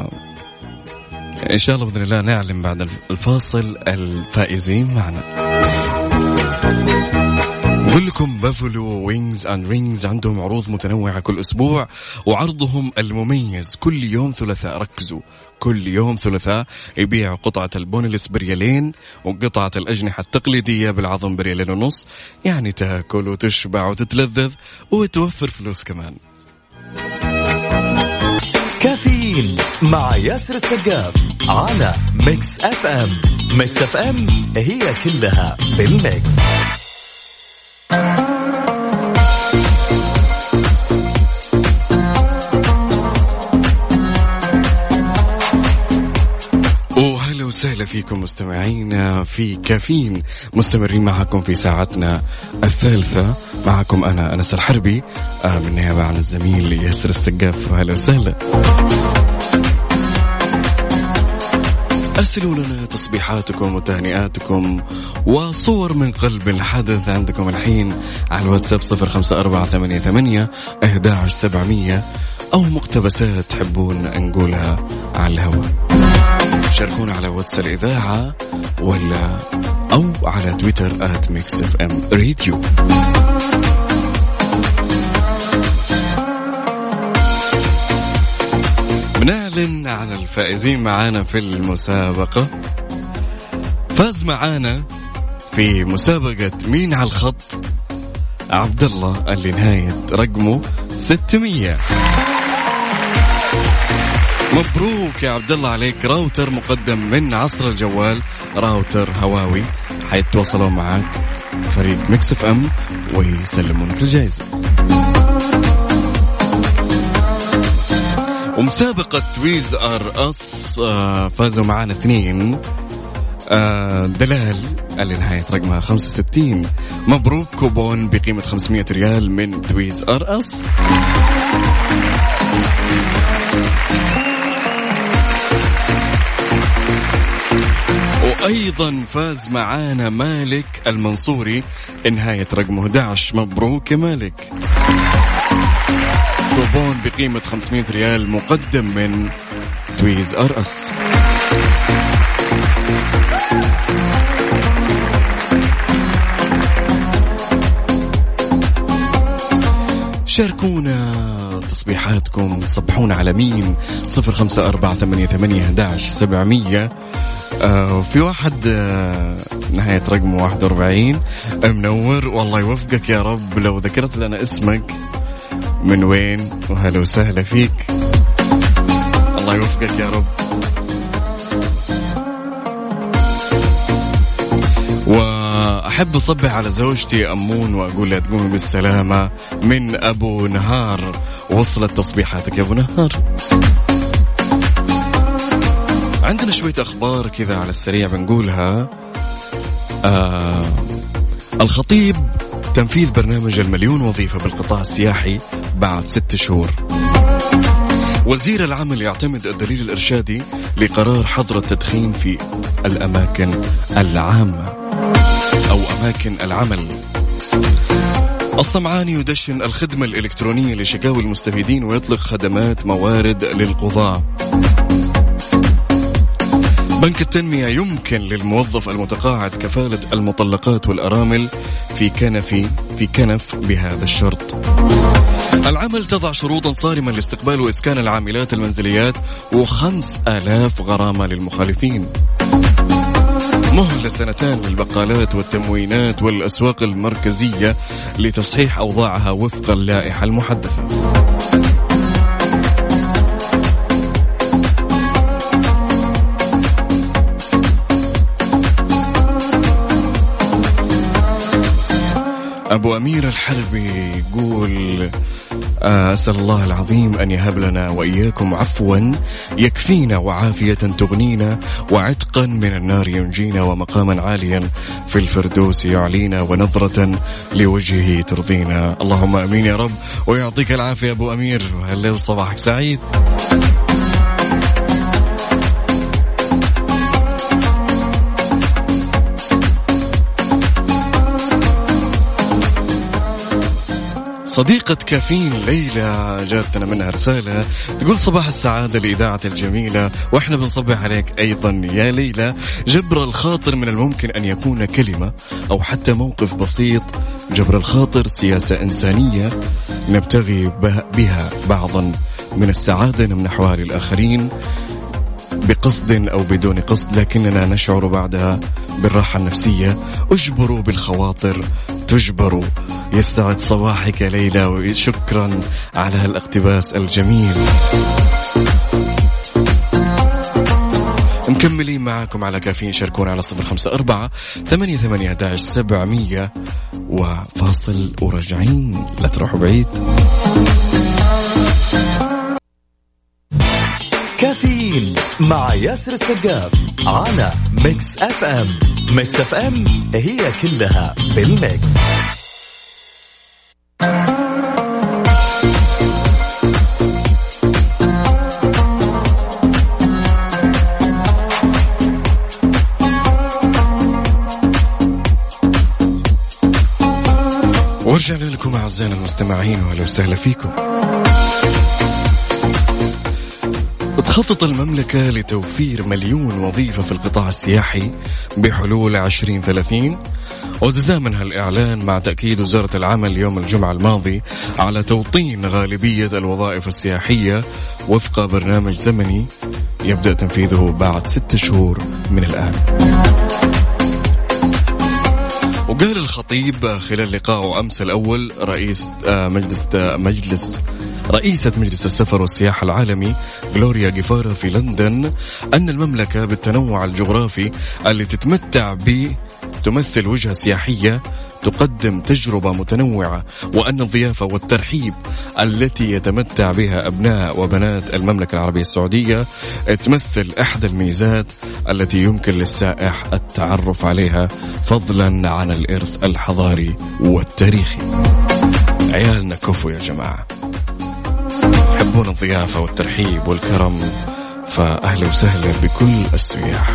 إن شاء الله بإذن الله نعلم بعد الفاصل الفائزين معنا. نقول لكم بافلو وينجز أند رينجز عندهم عروض متنوعة كل أسبوع، وعرضهم المميز كل يوم ثلاثاء. ركزوا، كل يوم ثلاثاء يبيعوا قطعة البونلس بريالين، وقطعة الأجنحة التقليدية بالعظم بريالين ونص. يعني تاكل وتشبع وتتلذذ وتوفر فلوس كمان. كافيين مع ياسر السقاف على ميكس اف ام. ميكس اف ام هي كلها بالميكس. وهلا وسهلا فيكم مستمعين في كافيين، مستمرين معكم في ساعتنا الثالثة. معكم أنا أنس الحربي من نيابة عن الزميل ياسر السقاف. هلا وسهلا. أرسلوا لنا تصبيحاتكم وتهنئاتكم وصور من قلب الحدث عندكم الحين على الواتساب صفر خمسة أربعة ثمانية ثمانية إحداش سبعمية. أو مقتبسات تحبون نقولها على الهواء. شاركونا على واتس الإذاعة ولا أو على تويتر آت ميكس اف ام راديو. بنعلن عن الفائزين معانا في المسابقة. فاز معانا في مسابقة مين على الخط عبد الله اللي نهاية رقمه ستمية. مبروك يا عبد الله عليك راوتر مقدم من عصر الجوال، راوتر هواوي. حيتواصلوا معك فريق ميكس اف ام ويسلمونك الجائزة. ومسابقة تويز ار اس فازوا معانا اثنين. دلال اللي نهاية رقمها خمسة وستين. مبروك كوبون بقيمة خمسمية ريال من تويز ار اس. وأيضا فاز معانا مالك المنصوري نهاية رقمه أحد عشر. مبروك يا مالك، كوبون بقيمة خمسمية ريال مقدم من تويز ار اس. شاركونا تصبيحاتكم، صبحونا على مين صفر خمسة أربعة ثمانية ثمانية أحد عشر سبعمية. آه في واحد آه نهاية رقمه واحد وأربعين. منور، والله يوفقك يا رب. لو ذكرت لنا اسمك من وين وهلا وسهلا فيك، الله يوفقك يا رب. وأحب أصبح على زوجتي أمون وأقول لها تقومي بالسلامة من أبو نهار. وصلت تصبيحاتك يا أبو نهار. عندنا شوية أخبار كذا على السريع بنقولها. آه الخطيب تنفيذ برنامج المليون وظيفة بالقطاع السياحي بعد ست شهور. وزير العمل يعتمد الدليل الإرشادي لقرار حظر التدخين في الأماكن العامة أو أماكن العمل. الصمعاني يدشن الخدمة الإلكترونية لشكاوي المستفيدين ويطلق خدمات موارد للقضاء. بنك التنمية يمكن للموظف المتقاعد كفالة المطلقات والأرامل في كنف في كنف بهذا الشرط. العمل تضع شروطا صارمة لاستقبال وإسكان العاملات المنزليات وخمس آلاف غرامة للمخالفين. مهلة سنتان للبقالات والتموينات والأسواق المركزية لتصحيح أوضاعها وفق اللائحة المحدثة. أبو أمير الحربي يقول أسأل الله العظيم أن يهب لنا وإياكم عفوا يكفينا وعافية تغنينا وعتقا من النار ينجينا ومقاما عاليا في الفردوس يعلينا ونظرة لوجهه ترضينا. اللهم أمين يا رب ويعطيك العافية أبو أمير، وهلا صباحك سعيد. صديقة كافين ليلى جاتنا منها رسالة تقول صباح السعادة لإذاعة الجميلة وإحنا بنصبح عليك أيضا يا ليلى. جبر الخاطر من الممكن أن يكون كلمة أو حتى موقف بسيط. جبر الخاطر سياسة إنسانية نبتغي بها بعضا من السعادة نمنحها للآخرين بقصد أو بدون قصد، لكننا نشعر بعدها بالراحة النفسية. اجبروا بالخواطر تجبروا. يسعد صباحك يا ليلى وشكرا على هالاقتباس الجميل. مكملين معاكم على كافيين. شاركونا على صفر خمسة أربعة ثمانية ثمانية أحد عشر سبعمية وفاصل ورجعين، لا تروحوا بعيد. كافيين مع ياسر السقاف على ميكس اف ام. ميكس اف ام هي كلها بالميكس. ورجعنا لكم أعزائنا المستمعين وأهلا وسهلا فيكم. تخطط المملكة لتوفير مليون وظيفة في القطاع السياحي بحلول عشرين ثلاثين، وتزامنها الإعلان مع تأكيد وزارة العمل يوم الجمعة الماضي على توطين غالبية الوظائف السياحية وفق برنامج زمني يبدأ تنفيذه بعد ست شهور من الآن. وقال الخطيب خلال لقائه أمس الأول رئيس مجلس مجلس رئيسة مجلس السفر والسياحة العالمي غلوريا غيفارا في لندن أن المملكة بالتنوع الجغرافي اللي تتمتع به تمثل وجهة سياحية تقدم تجربة متنوعة، وأن الضيافة والترحيب التي يتمتع بها أبناء وبنات المملكة العربية السعودية تمثل إحدى الميزات التي يمكن للسائح التعرف عليها فضلا عن الإرث الحضاري والتاريخي. عيالنا كفو يا جماعة، يحبون الضيافة والترحيب والكرم، فأهلا وسهلا بكل السياح.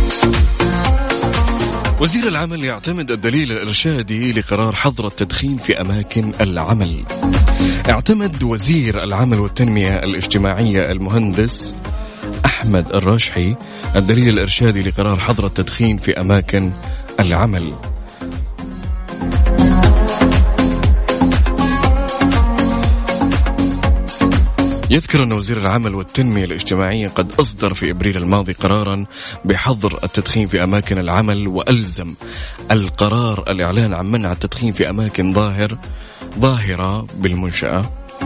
وزير العمل يعتمد الدليل الإرشادي لقرار حظر التدخين في أماكن العمل. اعتمد وزير العمل والتنمية الاجتماعية المهندس أحمد الراشحي الدليل الإرشادي لقرار حظر التدخين في أماكن العمل. يذكر أن وزير العمل والتنمية الاجتماعية قد أصدر في إبريل الماضي قرارا بحظر التدخين في أماكن العمل، وألزم القرار الإعلان عن منع التدخين في أماكن ظاهر ظاهرة بالمنشأة.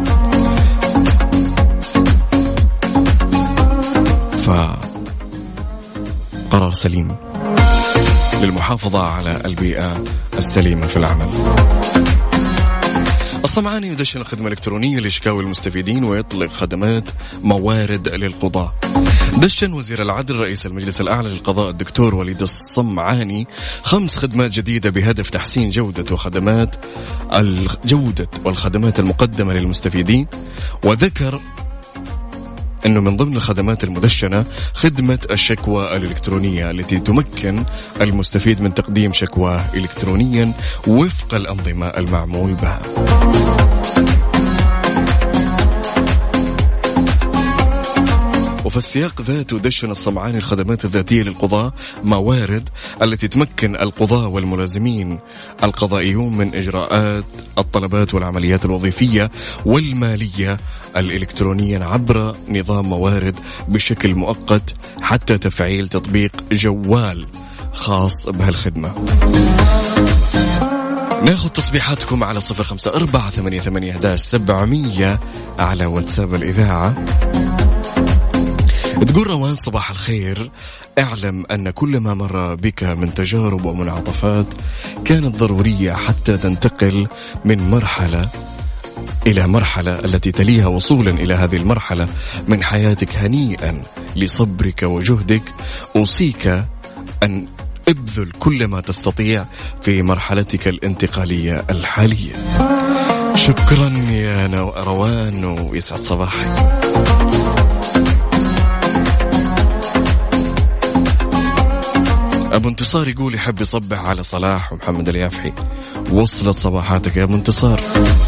فقرار سليم للمحافظة على البيئة السليمة في العمل. الصمعاني يدشن الخدمة الإلكترونية لشكاوي المستفيدين ويطلق خدمات موارد للقضاء. دشن وزير العدل رئيس المجلس الأعلى للقضاء الدكتور وليد الصمعاني خمس خدمات جديدة بهدف تحسين جودة وخدمات الجودة والخدمات المقدمة للمستفيدين، وذكر أنه من ضمن الخدمات المدشنة خدمة الشكوى الإلكترونية التي تمكن المستفيد من تقديم شكواه إلكترونيا وفق الأنظمة المعمول بها. وفي السياق ذاته دشن الصمعاني الخدمات الذاتية للقضاء موارد التي تمكن القضاة والملازمين القضائيون من إجراءات الطلبات والعمليات الوظيفية والمالية الإلكترونية عبر نظام موارد بشكل مؤقت حتى تفعيل تطبيق جوال خاص بهالخدمة. ناخذ تصبيحاتكم على صفر خمسة أربعة ثمانية ثمانية واحد واحد سبعمية على واتساب الإذاعة. تقول روان صباح الخير، اعلم أن كل ما مر بك من تجارب ومنعطفات كانت ضرورية حتى تنتقل من مرحلة إلى مرحلة التي تليها وصولا إلى هذه المرحلة من حياتك. هنيئا لصبرك وجهدك، أوصيك أن ابذل كل ما تستطيع في مرحلتك الانتقالية الحالية. شكرا يا روان ويسعد صباحك. أبو انتصار يقول يحب يصبح على صلاح ومحمد اليافحي. وصلت صباحاتك يا أبو انتصار.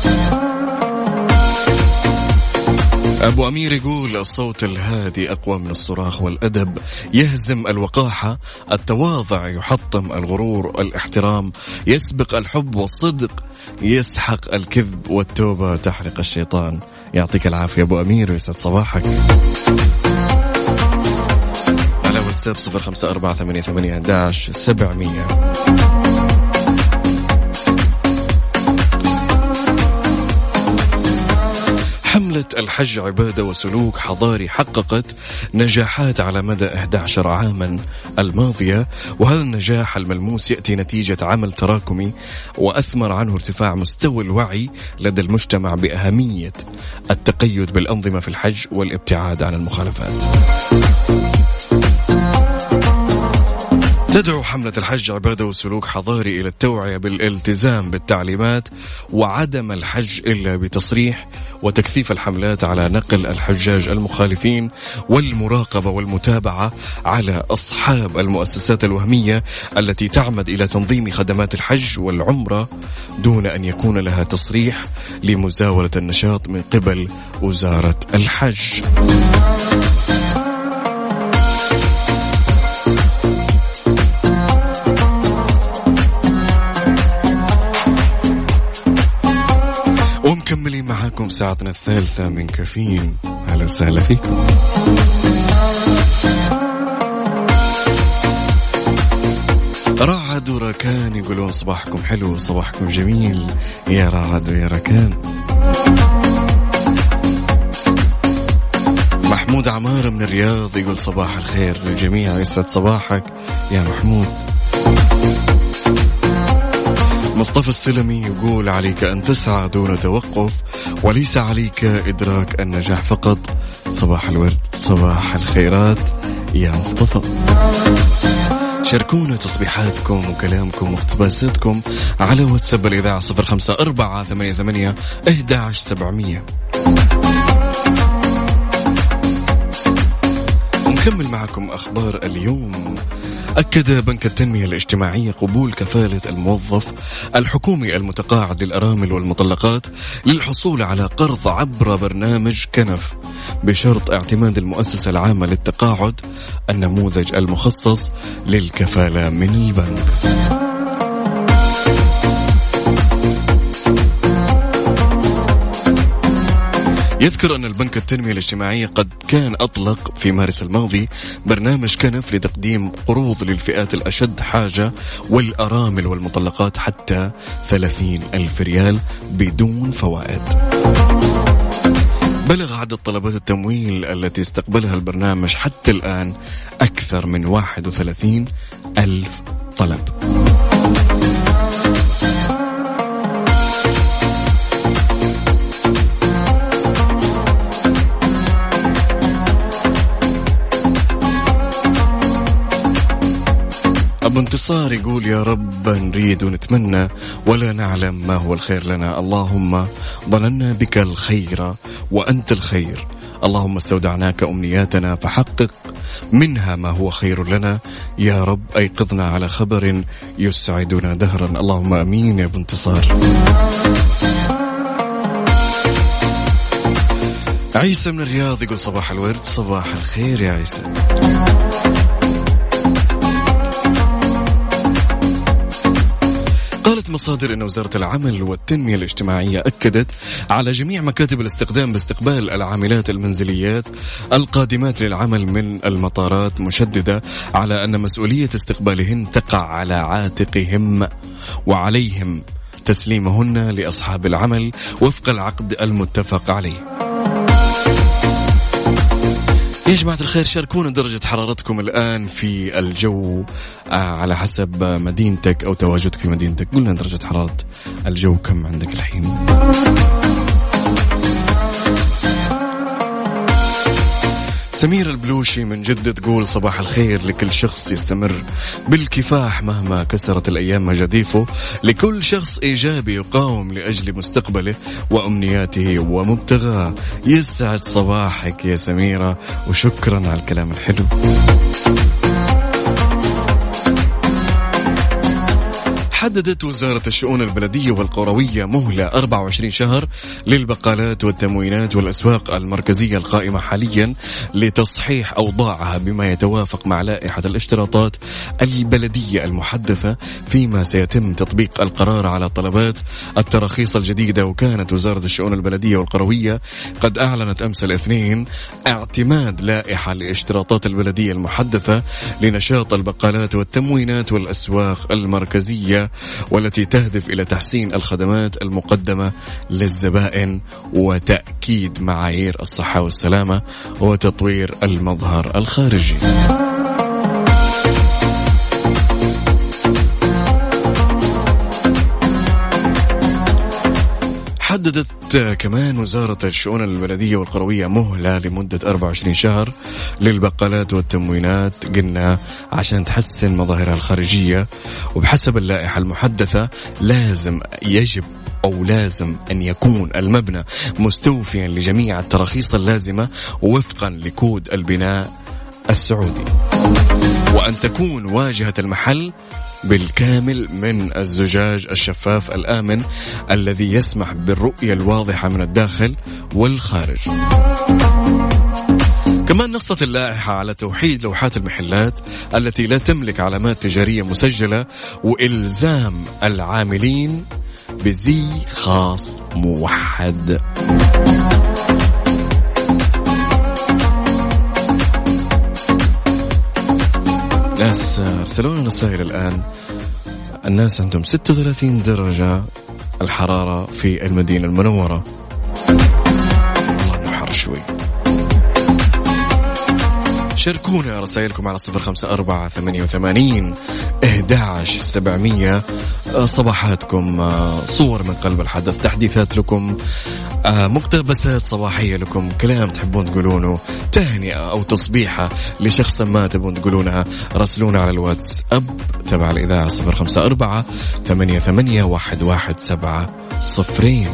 أبو أمير يقول الصوت الهادي أقوى من الصراخ، والأدب يهزم الوقاحة، التواضع يحطم الغرور، الاحترام يسبق الحب، والصدق يسحق الكذب، والتوبة تحرق الشيطان. يعطيك العافية أبو أمير ويسعد صباحك. على واتساب صفر خمسة أربعة ثمانية ثمانية واحد واحد سبعمية. حملة الحج عبادة وسلوك حضاري حققت نجاحات على مدى أحد عشر عاما الماضية، وهذا النجاح الملموس يأتي نتيجة عمل تراكمي وأثمر عنه ارتفاع مستوى الوعي لدى المجتمع بأهمية التقيد بالأنظمة في الحج والابتعاد عن المخالفات. تدعو حملة الحج عبادة وسلوك حضاري إلى التوعية بالالتزام بالتعليمات وعدم الحج إلا بتصريح، وتكثيف الحملات على نقل الحجاج المخالفين، والمراقبة والمتابعة على أصحاب المؤسسات الوهمية التي تعمد إلى تنظيم خدمات الحج والعمرة دون أن يكون لها تصريح لمزاولة النشاط من قبل وزارة الحج. ساعتنا الثالثة من كافيين. أهلا وسهلا فيكم. رعد وركان يقولون صباحكم حلو، صباحكم جميل يا رعد ويا ركان. محمود عمارة من الرياض يقول صباح الخير للجميع، يسعد صباحك يا محمود. مصطفى السلمي يقول عليك أن تسعى دون توقف وليس عليك إدراك النجاح فقط. صباح الورد، صباح الخيرات يا مصطفى. شاركونا تصبيحاتكم وكلامكم واقتباساتكم على واتساب الإذاعة صفر خمسة أربعة ثمانية ثمانية واحد واحد سبعمية. نكمل معكم أخبار اليوم. أكد بنك التنمية الاجتماعية قبول كفالة الموظف الحكومي المتقاعد للأرامل والمطلقات للحصول على قرض عبر برنامج كنف بشرط اعتماد المؤسسة العامة للتقاعد النموذج المخصص للكفالة من البنك. يذكر أن البنك التنمية الاجتماعية قد كان أطلق في مارس الماضي برنامج كنف لتقديم قروض للفئات الأشد حاجة والأرامل والمطلقات حتى ثلاثين ألف ريال بدون فوائد. بلغ عدد طلبات التمويل التي استقبلها البرنامج حتى الآن أكثر من واحد وثلاثين ألف طلب. أبو انتصار يقول يا رب نريد ونتمنى ولا نعلم ما هو الخير لنا، اللهم ظننا بك الخير وأنت الخير، اللهم استودعناك أمنياتنا فحقق منها ما هو خير لنا يا رب، أيقظنا على خبر يسعدنا دهرا، اللهم أمين يا أبو انتصار. عيسى من الرياض يقول صباح الورد، صباح الخير يا عيسى. قالت مصادر أن وزارة العمل والتنمية الاجتماعية أكدت على جميع مكاتب الاستخدام باستقبال العاملات المنزليات القادمات للعمل من المطارات، مشددة على أن مسؤولية استقبالهن تقع على عاتقهم وعليهم تسليمهن لأصحاب العمل وفق العقد المتفق عليه. يا جماعة الخير شاركونا درجة حرارتكم الآن في الجو على حسب مدينتك أو تواجدك في مدينتك. قلنا درجة حرارة الجو كم عندك الحين. سمير البلوشي من جدة تقول صباح الخير لكل شخص يستمر بالكفاح مهما كسرت الأيام مجاديفه، لكل شخص إيجابي يقاوم لأجل مستقبله وأمنياته ومبتغاه. يسعد صباحك يا سميرة وشكرا على الكلام الحلو. حددت وزارة الشؤون البلدية والقروية مهلة أربعة وعشرين شهر للبقالات والتموينات والأسواق المركزية القائمة حاليا لتصحيح أوضاعها بما يتوافق مع لائحة الاشتراطات البلدية المحدثة، فيما سيتم تطبيق القرار على طلبات التراخيص الجديدة. وكانت وزارة الشؤون البلدية والقروية قد أعلنت أمس الاثنين اعتماد لائحة لاشتراطات البلدية المحدثة لنشاط البقالات والتموينات والأسواق المركزية، والتي تهدف إلى تحسين الخدمات المقدمة للزبائن وتأكيد معايير الصحة والسلامة وتطوير المظهر الخارجي. حددت كمان وزارة الشؤون البلدية والقروية مهلة لمدة أربعة وعشرين شهر للبقالات والتموينات، قلنا عشان تحسن مظاهرها الخارجية. وبحسب اللائحة المحدثة لازم يجب أو لازم أن يكون المبنى مستوفيا لجميع التراخيص اللازمة وفقا لكود البناء السعودي، وأن تكون واجهة المحل بالكامل من الزجاج الشفاف الآمن الذي يسمح بالرؤية الواضحة من الداخل والخارج. كمان نصت اللائحة على توحيد لوحات المحلات التي لا تملك علامات تجارية مسجلة وإلزام العاملين بزي خاص موحد. ناس أرسلوا لنا رسائل الآن. الناس عندهم ستة وثلاثين درجة الحرارة في المدينة المنورة. والله إنه حر شوي. شاركونا رسائلكم على صفر خمسة أربعة ثمانية وثمانين أحد عشر سبعمية. صباحاتكم صور من قلب الحدث، تحديثات لكم، مقتبسات صباحية لكم، كلام تحبون تقولونه، تهنئة أو تصبيحة لشخص ما تبون تقولونها، راسلونا على الواتس أب تبع الإذاعة صفر خمسة أربعة ثمانية ثمانية واحد واحد سبعة صفرين.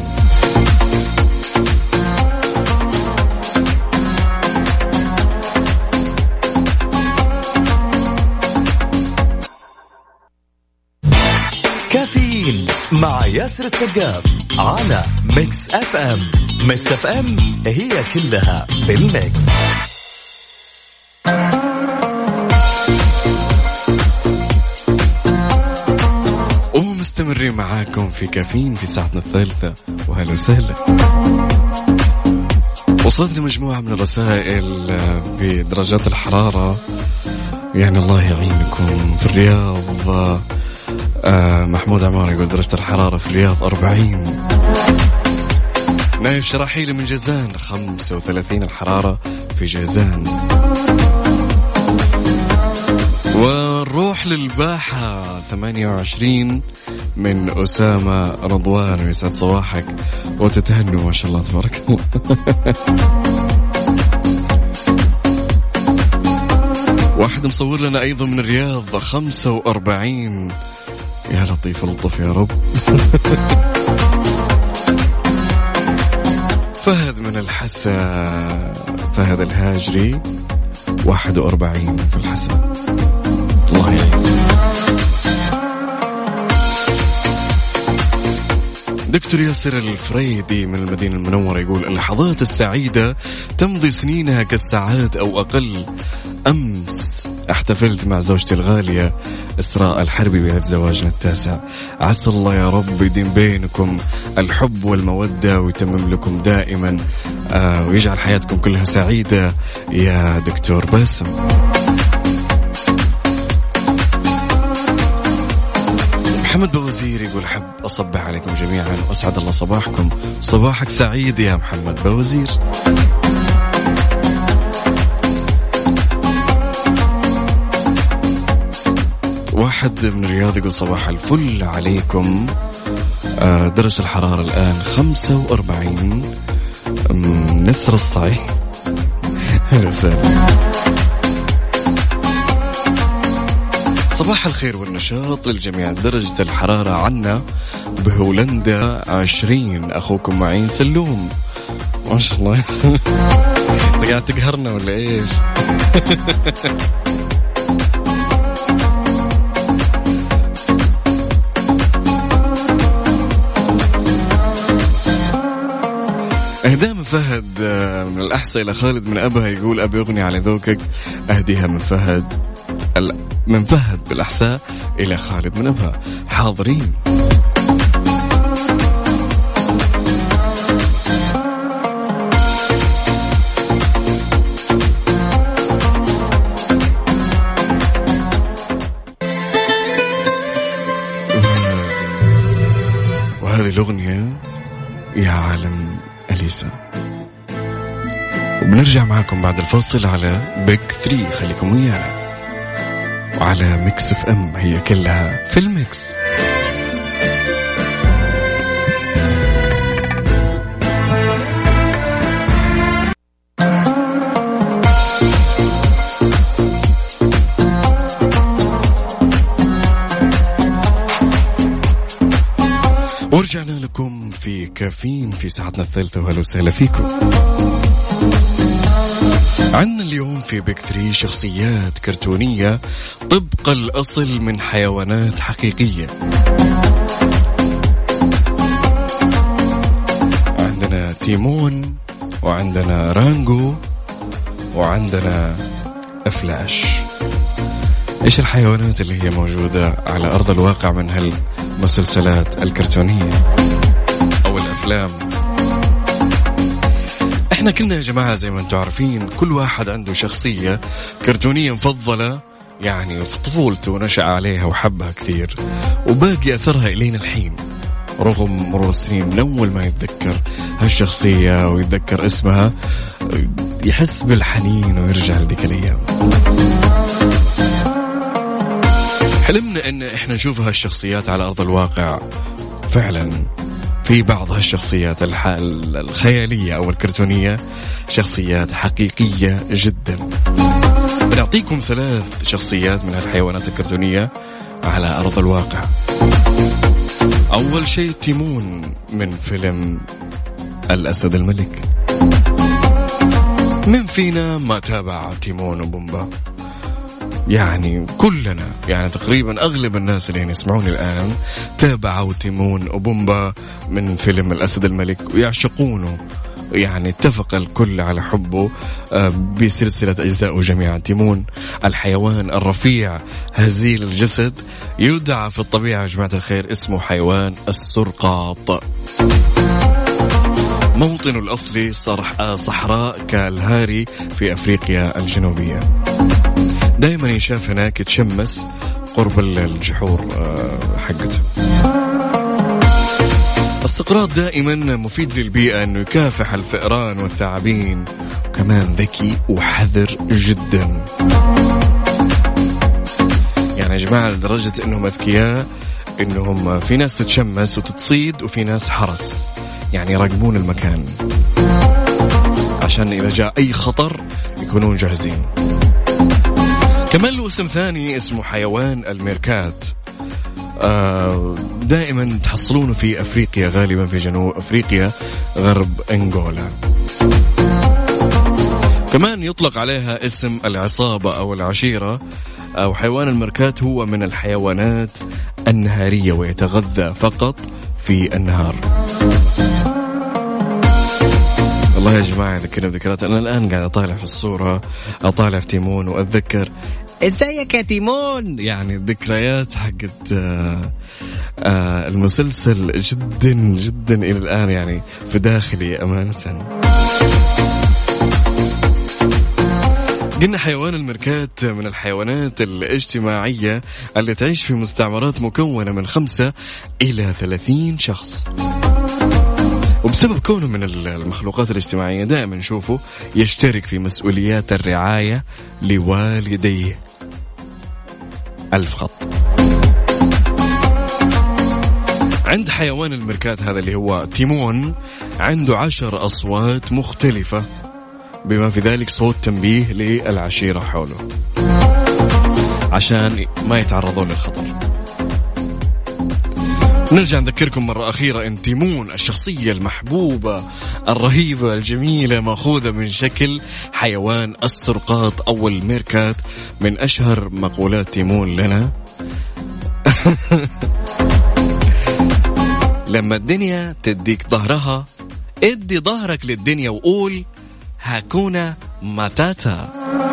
كافيين مع ياسر السقاف على ميكس اف ام. ميكس اف ام هي كلها بالميكس. ومستمرين معاكم في كافيين في ساعتنا الثالثة. وهلا وسهلا. وصلت مجموعة من الرسائل بدرجات الحرارة، يعني الله يعينكم. في الرياض آه محمود عمار يقول درجة الحرارة في الرياض أربعين. نايف شراحيلي من جازان خمسة وثلاثين الحرارة في جازان. ونروح للباحة ثمانية وعشرين من أسامة رضوان. ويسعد صباحك وتتهنوا ما شاء الله تبارك الله. واحد مصور لنا أيضا من الرياض خمسة وأربعين. يا لطيف لطف يا رب. فهد من الحسا، فهد الهاجري واحد وأربعين في الحسا. الله يعين. دكتور ياسر الفريدي من المدينة المنورة يقول اللحظات السعيدة تمضي سنينها كالساعات أو أقل. أمس احتفلت مع زوجتي الغالية إسراء الحربي بعيد زواجنا التاسع. عسى الله يا رب يديم بينكم الحب والمودة ويتمم لكم دائما آه ويجعل حياتكم كلها سعيدة يا دكتور باسم. محمد بوزير يقول حب أصبح عليكم جميعا وأسعد الله صباحكم. صباحك سعيد يا محمد بوزير. واحد من الرياض يقول صباح الفل عليكم. آه درجة الحرارة الآن خمسة وأربعين. نسر الصعيد. أهلا وسهلا. صباح الخير والنشاط للجميع. درجة الحرارة عنا بهولندا عشرين. أخوكم معين سلوم. ما شاء الله. أنت قاعد تقهرنا ولا إيش؟ إهداء من فهد من الأحساء إلى خالد من أبها يقول أبي أغني على ذوقك. أهديها من فهد من فهد بالأحساء إلى خالد من أبها. حاضرين. وهذه الأغنية يا عالم أليسا. وبنرجع معاكم بعد الفاصل على بيج ثري. خليكم ويانا وعلى ميكس اف ام هي كلها في الميكس. ورجعنا لكم في كافيين في ساعتنا الثالثة. وهلا وسهلا فيكم. عندنا اليوم في بيك ثري شخصيات كرتونية طبق الأصل من حيوانات حقيقية. عندنا تيمون وعندنا رانجو وعندنا أفلاش. إيش الحيوانات اللي هي موجودة على أرض الواقع من هالمسلسلات الكرتونية أو الأفلام؟ احنا كنا يا جماعة زي ما انتم عارفين كل واحد عنده شخصية كرتونية مفضلة يعني في طفولته نشأ عليها وحبها كثير، وباقي أثرها إلينا الحين رغم مرور السنين. من أول ما يتذكر هالشخصية ويتذكر اسمها يحس بالحنين ويرجع لذيك الأيام. حلمنا إن إحنا نشوف هالشخصيات على أرض الواقع. فعلا في بعض هالشخصيات الخيالية أو الكرتونية شخصيات حقيقية جدا. بنعطيكم ثلاث شخصيات من الحيوانات الكرتونية على أرض الواقع. أول شيء تيمون من فيلم الأسد الملك. من فينا ما تابع تيمون وبومبا؟ يعني كلنا، يعني تقريبا أغلب الناس اللي يسمعوني الآن تابعوا تيمون وبومبا من فيلم الأسد الملك ويعشقونه. يعني اتفق الكل على حبه بسلسلة أجزاء جميعا. تيمون الحيوان الرفيع هزيل الجسد، يدعى في الطبيعة يا جماعة الخير اسمه حيوان السرقاط. موطنه الأصلي صحراء كالهاري في أفريقيا الجنوبية. دائما يشاف هناك يتشمس قرب الجحور حقته. السقراط دائما مفيد للبيئة، أنه يكافح الفئران والثعابين، وكمان ذكي وحذر جدا. يعني يا جماعة لدرجة أنهم أذكياء، أنهم في ناس تتشمس وتتصيد وفي ناس حرس، يعني يراقبون المكان عشان إذا جاء أي خطر يكونون جاهزين. كمان له اسم ثاني اسمه حيوان الميركات. دائما تحصلونه في أفريقيا، غالبا في جنوب أفريقيا غرب أنغولا. كمان يطلق عليها اسم العصابة أو العشيرة. أو حيوان الميركات هو من الحيوانات النهارية ويتغذى فقط في النهار. والله يا جماعة ذكرنا ذكرات. أنا الآن قاعد أطالع في الصورة، أطالع في تيمون وأتذكر ازيك يا تيمون. يعني الذكريات حقت آه آه المسلسل جدا جدا إلى الآن يعني في داخلي أمانة. قلنا حيوان الميركات من الحيوانات الاجتماعية اللي تعيش في مستعمرات مكونة من خمسة إلى ثلاثين شخص. وبسبب كونه من المخلوقات الاجتماعية دائما نشوفه يشترك في مسؤوليات الرعاية لوالديه. ألف خط. عند حيوان الميركات هذا اللي هو تيمون عنده عشر أصوات مختلفة، بما في ذلك صوت تنبيه للعشيرة حوله عشان ما يتعرضون للخطر. نرجع نذكركم مرة أخيرة إن تيمون الشخصية المحبوبة الرهيبة الجميلة مأخوذة من شكل حيوان السرقاط أو الميركات. من أشهر مقولات تيمون لنا لما الدنيا تديك ظهرها ادي ظهرك للدنيا وقول هاكونا ماتاتا.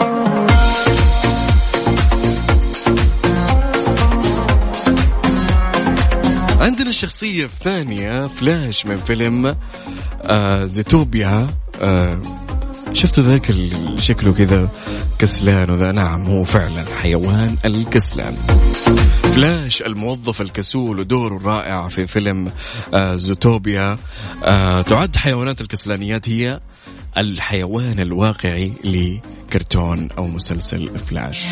عندنا الشخصية الثانية فلاش من فيلم آه زيتوبيا. آه شفتوا ذاك شكله كذا كسلان وذا؟ نعم هو فعلا حيوان الكسلان. فلاش الموظف الكسول ودوره الرائع في فيلم آه زيتوبيا. آه تعد حيوانات الكسلانيات هي الحيوان الواقعي لكرتون أو مسلسل فلاش.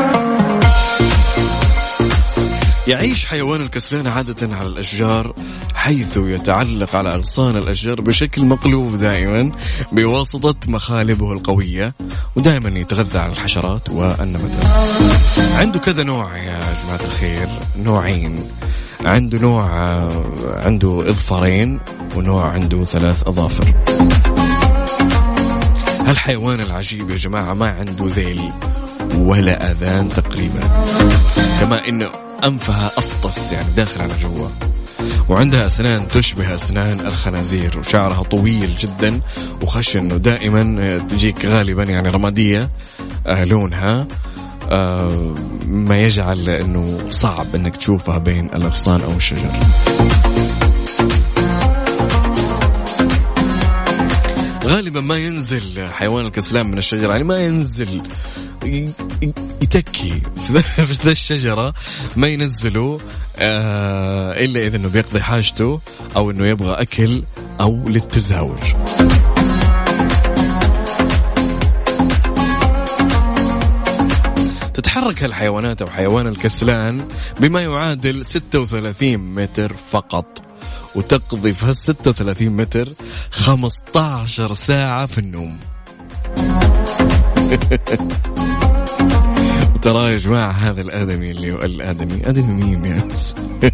يعيش حيوان الكسلان عادة على الأشجار، حيث يتعلق على أغصان الأشجار بشكل مقلوب دائما بواسطة مخالبه القوية، ودائما يتغذى على الحشرات والنباتات. عنده كذا نوع يا جماعة الخير، نوعين. عنده نوع عنده إظفارين ونوع عنده ثلاث أظافر. هالحيوان العجيب يا جماعة ما عنده ذيل ولا أذان تقريبا، كما إنه أنفها أفطس يعني داخل على جوا، وعندها أسنان تشبه أسنان الخنازير، وشعرها طويل جدا وخشن، ودائما تجيك غالبا يعني رمادية آه لونها، آه ما يجعل أنه صعب أنك تشوفها بين الأغصان أو الشجر. غالبا ما ينزل حيوان الكسلان من الشجرة، يعني ما ينزل يتكي في ذا الشجرة ما ينزله آه إلا إذا أنه بيقضي حاجته أو أنه يبغى أكل أو للتزاوج. تتحرك هالحيوانات أو حيوان الكسلان بما يعادل ستة وثلاثين متر فقط، وتقضي في هال ستة وثلاثين متر خمسة عشر ساعة في النوم. ترى يا جماعة هذا الآدمي اللي هو الآدمي آدمي مين يا ناس.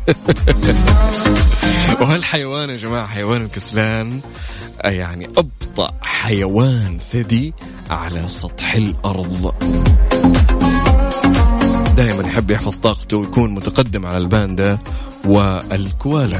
وهالحيوان يا جماعة حيوان الكسلان يعني أبطأ حيوان ثدي على سطح الأرض. دائما يحب يحفظ طاقته ويكون متقدم على الباندا والكوالا.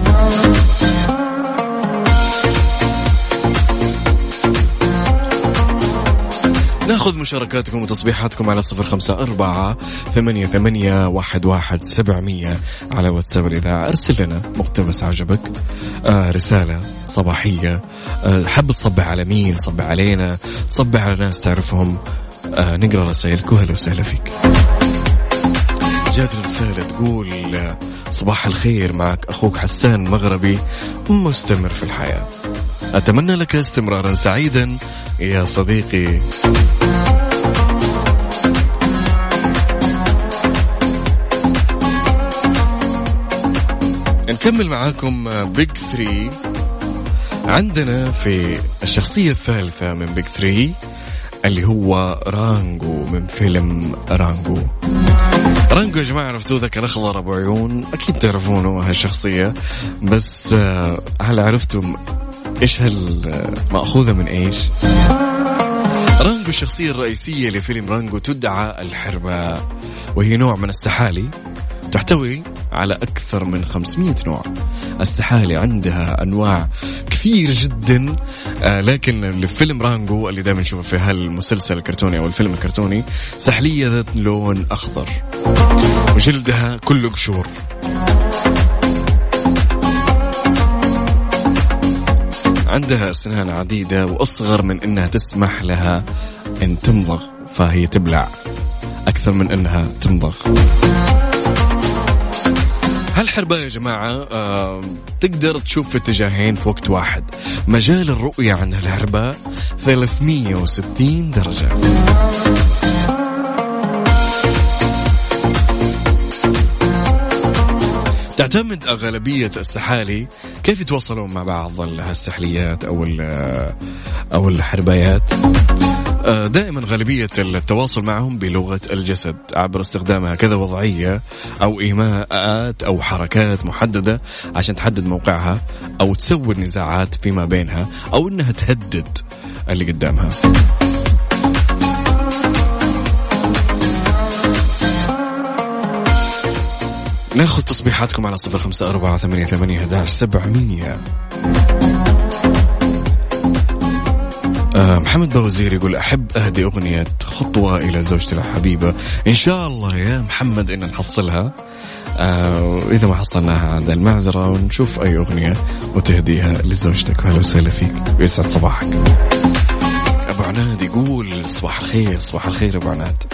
ناخذ مشاركاتكم وتصبيحاتكم على صفر خمسة أربعة ثمانية ثمانية واحد واحد سبعمية على واتساب الإذاعة. أرسل لنا مقتبس عجبك، آه رسالة صباحية، آه حب تصبح على مين، تصبح علينا، تصبح على ناس تعرفهم، آه نقرأ رسائلك وهلا وسهلا فيك. جات رسالة تقول صباح الخير، معك أخوك حسان مغربي مستمر في الحياة، أتمنى لك استمرارا سعيدا يا صديقي. نكمل معاكم بيج ثري. عندنا في الشخصية الثالثة من بيج ثري اللي هو رانجو من فيلم رانجو. رانجو يا جماعة عرفتوه ذاك الأخضر أبو عيون، أكيد تعرفونه هالشخصية، بس هل عرفتم إيش هالمأخوذة من إيش؟ رانجو الشخصية الرئيسية لفيلم رانجو تدعى الحرباء، وهي نوع من السحالي تحتوي على أكثر من خمسمائة نوع. السحالي عندها أنواع كثير جدا، آه لكن اللي في فيلم رانجو اللي دائما نشوفه في هالمسلسل الكرتوني أو الفيلم الكرتوني سحلية ذات لون أخضر وجلدها كله قشور. عندها أسنان عديدة وأصغر من أنها تسمح لها أن تمضغ، فهي تبلع أكثر من أنها تمضغ. هالحرباء يا جماعة آه تقدر تشوف في اتجاهين في وقت واحد. مجال الرؤية عند هالحرباء ثلاثمائة وستين درجة. تعتمد أغلبية السحالي كيف يتواصلون مع بعض هالسحليات أو أو الحربايات. دائما غالبية التواصل معهم بلغة الجسد عبر استخدامها كذا وضعية أو إيماءات أو حركات محددة عشان تحدد موقعها أو تسوي نزاعات فيما بينها أو إنها تهدد اللي قدامها. ناخذ تصبيحاتكم على صفر خمسة أربعة ثمانية ثمانية واحد واحد سبعمية. آه محمد بوزير يقول أحب أهدي أغنية خطوة إلى زوجتي الحبيبة. إن شاء الله يا محمد إن نحصلها، آه إذا ما حصلناها عند المعذرة ونشوف أي أغنية وتهديها لزوجتك. وهلا وسهلا فيك ويسعد صباحك. أبو عناد يقول صباح الخير. صباح الخير أبو عناد.